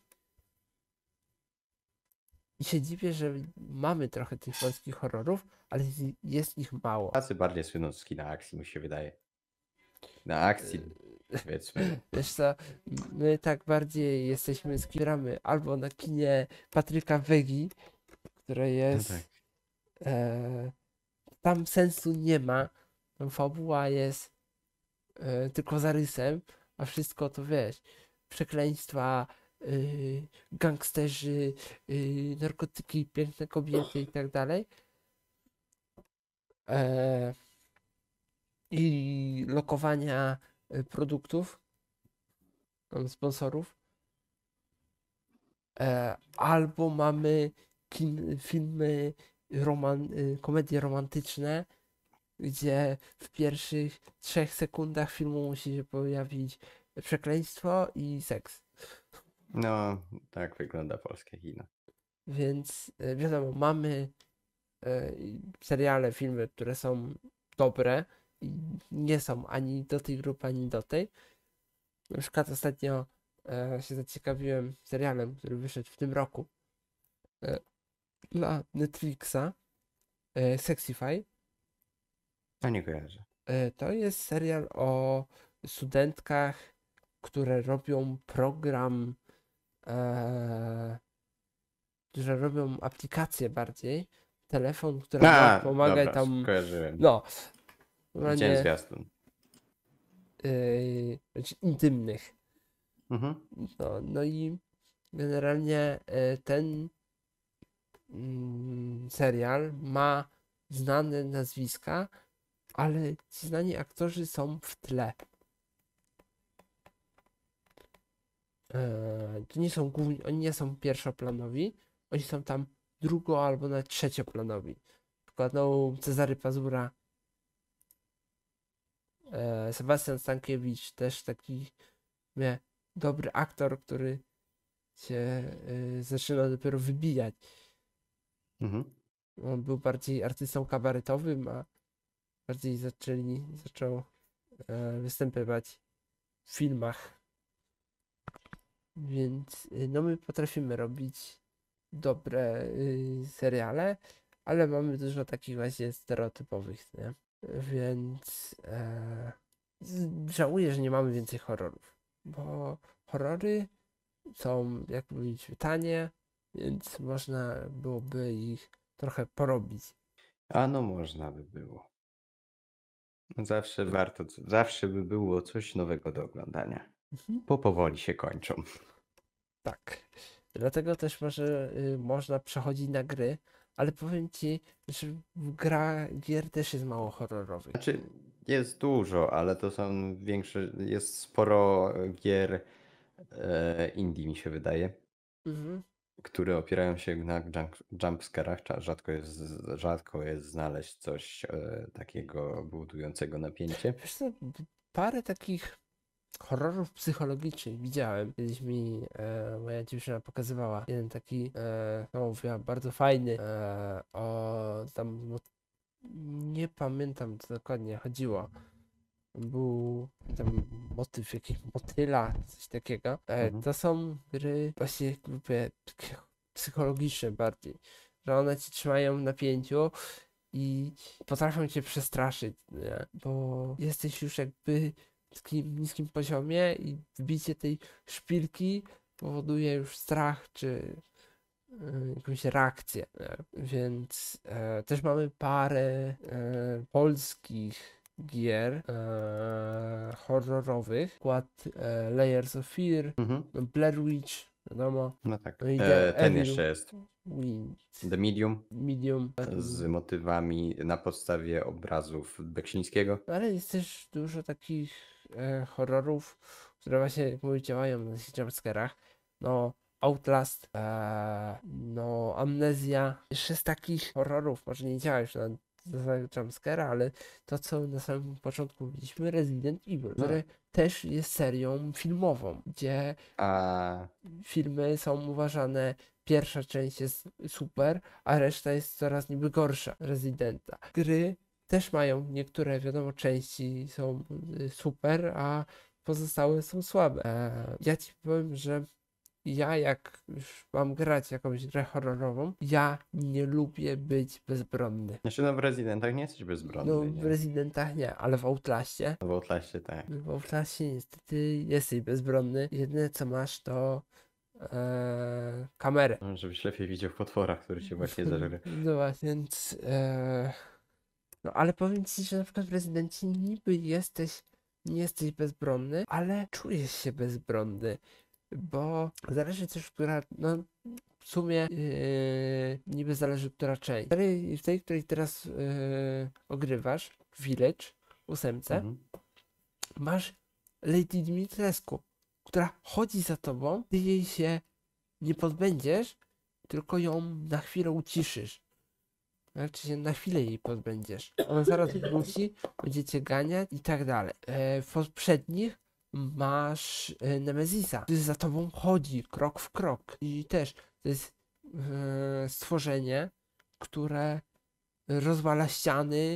I się dziwię, że mamy trochę tych polskich horrorów, ale jest ich mało. Tacy bardziej słyną z kina akcji, mi się wydaje. Na akcji, powiedzmy. Wiesz co, my tak bardziej jesteśmy skieramy albo na kinie Patryka Wegi, które No tak. jest... E, tam sensu nie ma. Tam fabuła jest tylko zarysem, a wszystko to wiesz, przekleństwa, gangsterzy, narkotyki, piękne kobiety i tak dalej. I lokowania produktów, sponsorów. Albo mamy filmy, komedie romantyczne, gdzie w pierwszych 3 sekundach filmu musi się pojawić przekleństwo i seks. No, tak wygląda polskie kino. Więc wiadomo, mamy seriale, filmy, które są dobre i nie są ani do tej grupy, ani do tej. Na przykład ostatnio się zaciekawiłem serialem, który wyszedł w tym roku dla Netflixa, Sexify. A nie kojarzę. To jest serial o studentkach, które robią program, które robią aplikację bardziej, telefon, która pomaga dobra, tam, kojarzyłem. no, Widziałem normalnie zwiastun. znaczy intymnych. Mhm. No i generalnie ten serial ma znane nazwiska, ale ci znani aktorzy są w tle. To nie są główni, oni nie są pierwszoplanowi, oni są tam albo nawet trzecioplanowi. Przykład no, Cezary Pazura, Sebastian Stankiewicz, też taki dobry aktor, który się zaczyna dopiero wybijać. Mhm. On był bardziej artystą kabaretowym, a bardziej zaczął występować w filmach. Więc no my potrafimy robić dobre seriale, ale mamy dużo takich właśnie stereotypowych, nie? Więc żałuję, że nie mamy więcej horrorów, bo horrory są, jak mówić, tanie, więc można byłoby ich trochę porobić. A no można by było. Zawsze warto, zawsze by było coś nowego do oglądania. Mhm. Bo powoli się kończą. Tak. Dlatego też może można przechodzić na gry, ale powiem ci, że gier też jest mało horrorowych. Znaczy, jest dużo, ale to są większe, jest sporo gier indie, mi się wydaje, Mhm. które opierają się na jumpscarach. Rzadko jest znaleźć coś takiego budującego napięcie. Wiesz co, parę takich horrorów psychologicznych widziałem. Kiedyś mi moja dziewczyna pokazywała jeden taki, no mówiła, bardzo fajny, o tam, nie pamiętam co dokładnie chodziło. Był tam motyw jakiś motyla, coś takiego. Mhm. To są gry właśnie jakby takie psychologiczne bardziej, że one cię trzymają w napięciu i potrafią cię przestraszyć, nie? Bo jesteś już jakby w takim niskim poziomie i wbicie tej szpilki powoduje już strach czy jakąś reakcję, nie? Więc też mamy parę polskich gier horrorowych, przykład Layers of Fear, Mhm. no Blair Witch, wiadomo, No tak. no i The Ten Evil jeszcze jest. Within, The Medium Medium, z motywami na podstawie obrazów Beksińskiego. no ale jest też dużo takich horrorów, które właśnie, jak mówię, działają na tych jumpscarach. No, Outlast, no, Amnezja. Jeszcze z takich horrorów, może nie działa już na zasadzie jumpscara, ale to, co na samym początku mówiliśmy, Resident Evil, No. które też jest serią filmową, gdzie A filmy są uważane, pierwsza część jest super, a reszta jest coraz niby gorsza Residenta. Gry też mają, niektóre wiadomo części są super, a pozostałe są słabe. Ja ci powiem, że ja jak już mam grać jakąś grę horrorową, ja nie lubię być bezbronny. znaczy no w Residentach nie jesteś No bezbronny, w nie? Residentach nie, ale w Outlaście, No w Outlaście tak. niestety jesteś bezbronny. Jedyne co masz to kamerę. No, żebyś lepiej widział potwora, który cię właśnie zażre. No właśnie, więc no ale powiem ci, że na przykład w Rezydencie niby nie jesteś bezbronny, ale czujesz się bezbronny, bo zależy też, która, no w sumie niby zależy, która część. W tej, której teraz ogrywasz, Village, 8, Mhm. masz Lady Dimitrescu, która chodzi za tobą, ty jej się nie pozbędziesz, tylko ją na chwilę uciszysz. Znaczy się na chwilę jej pozbędziesz. Ona zaraz wróci, będzie cię ganiać i tak dalej. W poprzednich masz Nemezisa, który za tobą chodzi krok w krok. I też to jest stworzenie, które rozwala ściany,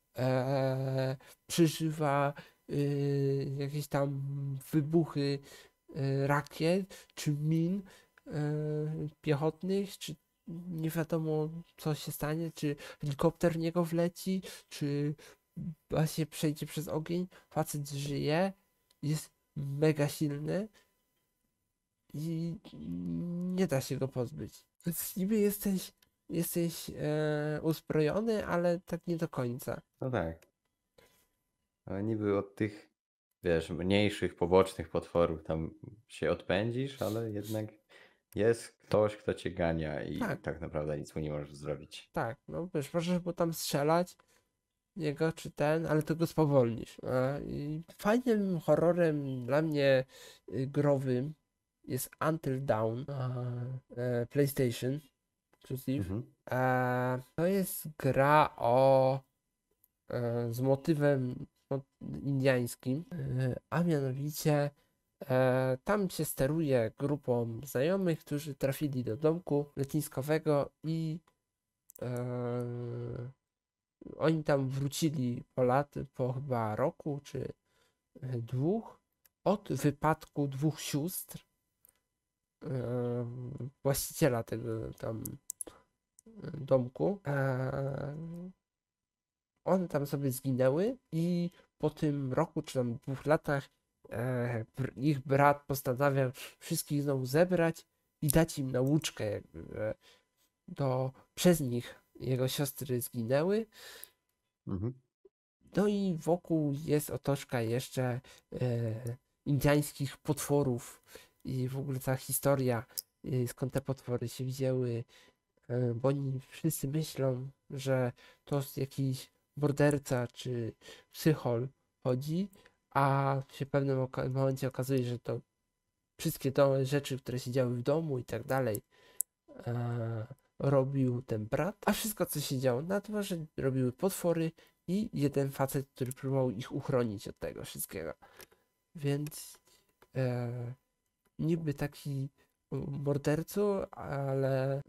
przeżywa jakieś tam wybuchy rakiet czy min piechotnych, czy nie wiadomo co się stanie, czy helikopter w niego wleci, czy właśnie przejdzie przez ogień. Facet żyje, jest mega silny i nie da się go pozbyć. Więc niby jesteś uzbrojony, ale tak nie do końca. No tak. Ale niby od tych, wiesz, mniejszych, pobocznych potworów tam się odpędzisz, ale jednak jest ktoś, kto cię gania i Tak, tak naprawdę nic mu nie możesz zrobić. tak, no wiesz, możesz mu tam strzelać, niego czy ten, ale to go spowolnisz. I fajnym horrorem dla mnie growym jest Until Dawn, PlayStation exclusive. Mhm. To jest gra z motywem indiańskim, a mianowicie tam się steruje grupą znajomych, którzy trafili do domku letniskowego i oni tam wrócili po chyba roku czy dwóch od wypadku dwóch sióstr właściciela tego tam domku. One tam sobie zginęły i po tym roku czy tam 2 latach ich brat postanawia wszystkich znowu zebrać i dać im nauczkę, jakby, że przez nich jego siostry zginęły. Mhm. No i wokół jest otoczka jeszcze indiańskich potworów i w ogóle cała historia, skąd te potwory się wzięły, bo oni wszyscy myślą, że to z jakiś morderca czy psychol chodzi, a się w pewnym momencie okazuje, że to wszystkie te rzeczy, które się działy w domu i tak dalej, robił ten brat, a wszystko, co się działo na dworze, robiły potwory i jeden facet, który próbował ich uchronić od tego wszystkiego. Więc niby taki mordercu, ale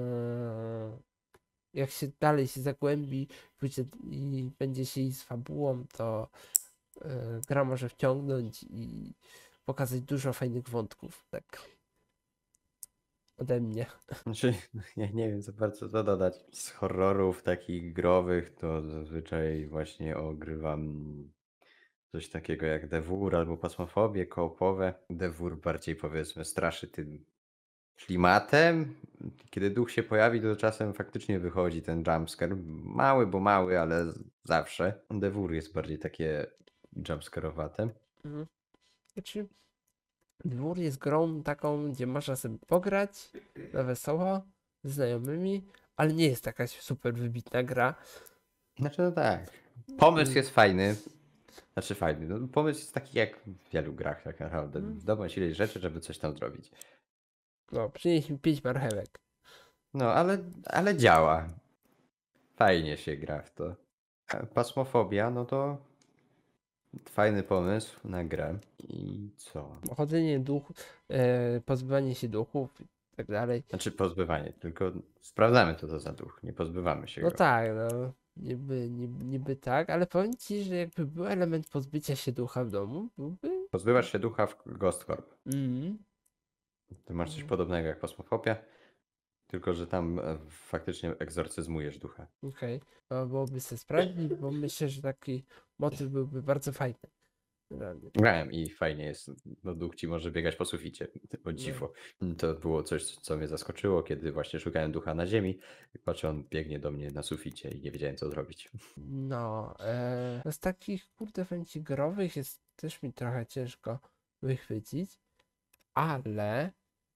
jak się dalej się zagłębi i będzie się iść z fabułą, to gra może wciągnąć i pokazać dużo fajnych wątków. Tak ode mnie. Znaczy, ja nie wiem za bardzo co dodać. Z horrorów takich growych to zazwyczaj właśnie ogrywam coś takiego jak Dewór albo Pasmofobię koopowe. Dewór bardziej powiedzmy straszy tym klimatem. Kiedy duch się pojawi, to czasem faktycznie wychodzi ten jumpscare. Mały, bo mały, ale zawsze. Dewór jest bardziej takie jumpscarowate. Mhm. Znaczy, Dwór jest grą taką, gdzie można sobie pograć na wesoło z znajomymi, ale nie jest jakaś super wybitna gra. Znaczy no tak. Pomysł Mm, jest fajny. Znaczy fajny. No, pomysł jest taki jak w wielu grach tak naprawdę. mm. Zdobyć ileś rzeczy, żeby coś tam zrobić. No, przynieś mi 5 marchewek. No, ale działa. Fajnie się gra w to. A Pasmofobia, no to fajny pomysł na grę. I co? Chodzenie duchów, pozbywanie się duchów i tak dalej. Znaczy pozbywanie, tylko sprawdzamy co to za duch. Nie pozbywamy się No go. tak, no. Niby tak, ale powiem ci, że jakby był element pozbycia się ducha w domu, byłby. Pozbywasz się ducha w Ghost Corp. Mm, Ty masz coś podobnego jak Pasmofobia, tylko że tam faktycznie egzorcyzmujesz ducha. okej. No, byłoby sobie sprawdzić, bo myślę, że taki motyw byłby bardzo fajny. Realnie. Grałem i fajnie jest, no duch ci może biegać po suficie, o No. dziwo. To było coś, co mnie zaskoczyło, kiedy właśnie szukałem ducha na ziemi i patrzę, on biegnie do mnie na suficie i nie wiedziałem co zrobić. No, z takich kurde chęci growych jest też mi trochę ciężko wychwycić, ale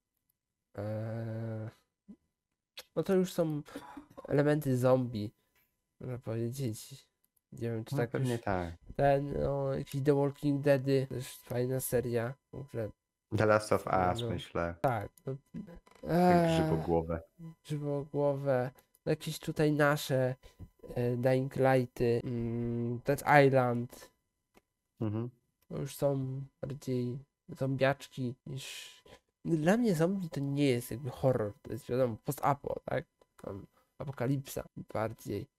no to już są elementy zombie, można powiedzieć. Nie wiem, czy No tak pewnie już tak. no, jakiś The Walking Deady, też fajna seria, w ogóle, The Last of Us no, myślę, tak, no, te grzybogłowe. żywogłowe, no, jakieś tutaj nasze Dying Lighty, Dead Island, Mhm. to już są bardziej zombiaczki niż. Dla mnie zombie to nie jest jakby horror, to jest wiadomo post-apo, tak? Tam apokalipsa bardziej.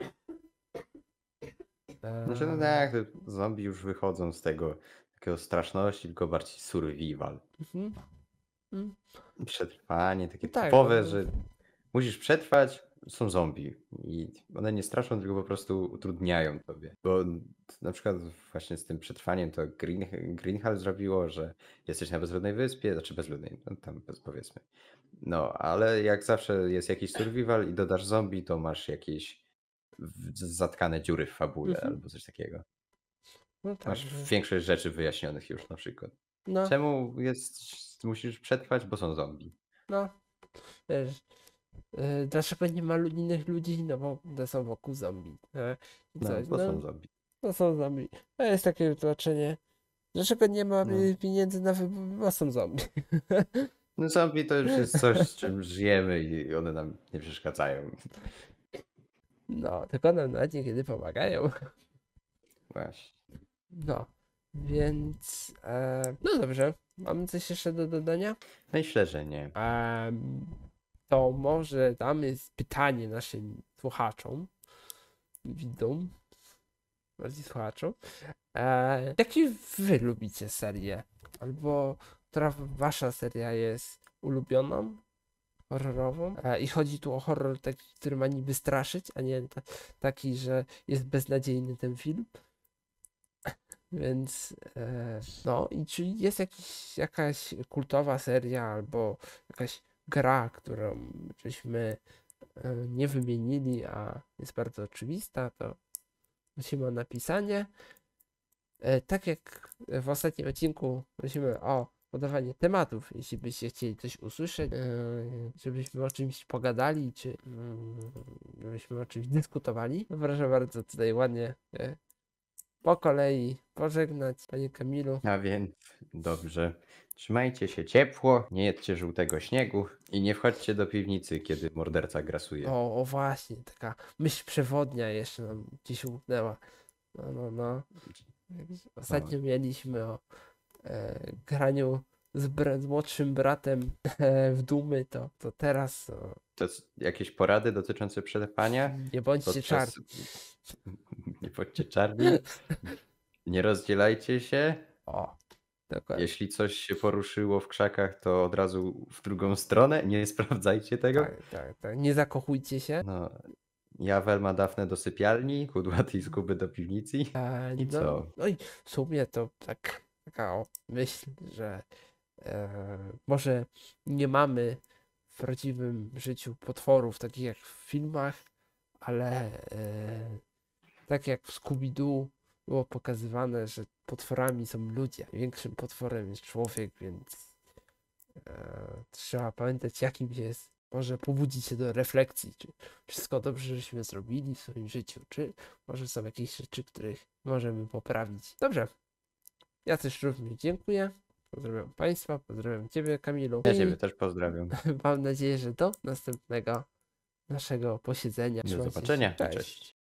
Znaczy no tak, te zombie już wychodzą z tego takiego straszności, tylko bardziej survival. Mhm. Mm. Przetrwanie, No takie tak, no, typowe, że musisz przetrwać, są zombie. I one nie straszą, tylko po prostu utrudniają tobie. Bo na przykład właśnie z tym przetrwaniem to Greenhall zrobiło, że jesteś na bezludnej wyspie, znaczy bezludnej, no tam powiedzmy. No, ale jak zawsze jest jakiś survival i dodasz zombie, to masz jakieś zatkane dziury w fabule mhm. albo coś takiego. No tak, Masz większość rzeczy wyjaśnionych już na przykład. no, Czemu musisz przetrwać? Bo są zombie. no, wiesz, dlaczego nie ma innych ludzi? No bo one są wokół zombie, i No, coś, bo no, są zombie. to są zombie. To jest takie wytłumaczenie. Dlaczego nie ma No. pieniędzy na wybór? Bo są zombie. No zombie to już jest coś, z czym żyjemy i one nam nie przeszkadzają. No, tylko nam na niekiedy pomagają. Właśnie. No, więc no dobrze. Mamy coś jeszcze do dodania? Myślę, że nie. To może damy pytanie naszym słuchaczom, widzom, bardziej słuchaczom. Jakie wy lubicie serię? Albo która wasza seria jest ulubioną, horrorową? I chodzi tu o horror taki, który ma niby straszyć, a nie taki, że jest beznadziejny ten film. Więc no i czy jest jakaś kultowa seria albo jakaś gra, którą żeśmy nie wymienili, a jest bardzo oczywista, to prosimy o napisanie. Tak jak w ostatnim odcinku prosimy o podawanie tematów, jeśli byście chcieli coś usłyszeć, żebyśmy o czymś pogadali, czy żebyśmy o czymś dyskutowali. No proszę bardzo tutaj ładnie po kolei pożegnać, panie Kamilu. A więc dobrze. Trzymajcie się ciepło, nie jedźcie żółtego śniegu i nie wchodźcie do piwnicy, kiedy morderca grasuje. O właśnie, taka myśl przewodnia jeszcze nam gdzieś umknęła. No. Ostatnio mieliśmy o graniu z młodszym bratem w Dumy, to teraz Jakieś porady dotyczące przetrwania? nie bądźcie czarni. Nie bądźcie czarni. Nie rozdzielajcie się. O, dokładnie. Jeśli coś się poruszyło w krzakach, to od razu w drugą stronę. Nie sprawdzajcie tego. Tak. Nie zakochujcie się. No, ja Welma Dafne do sypialni, Kudłaty i Skuby do piwnicy. I No, co? no i w sumie to taka myśl, że może nie mamy w prawdziwym życiu potworów takich jak w filmach, ale tak jak w Scooby-Doo było pokazywane, że potworami są ludzie. Większym potworem jest człowiek, więc trzeba pamiętać, jakim jest. Może pobudzić się do refleksji, czy wszystko dobrze, żeśmy zrobili w swoim życiu, czy może są jakieś rzeczy, których możemy poprawić. Dobrze. Ja też również dziękuję. Pozdrawiam Państwa, pozdrawiam Ciebie, Kamilu. Ja Ciebie też pozdrawiam. Mam nadzieję, że do następnego naszego posiedzenia. Do Trzymajcie się. zobaczenia. Cześć. Cześć.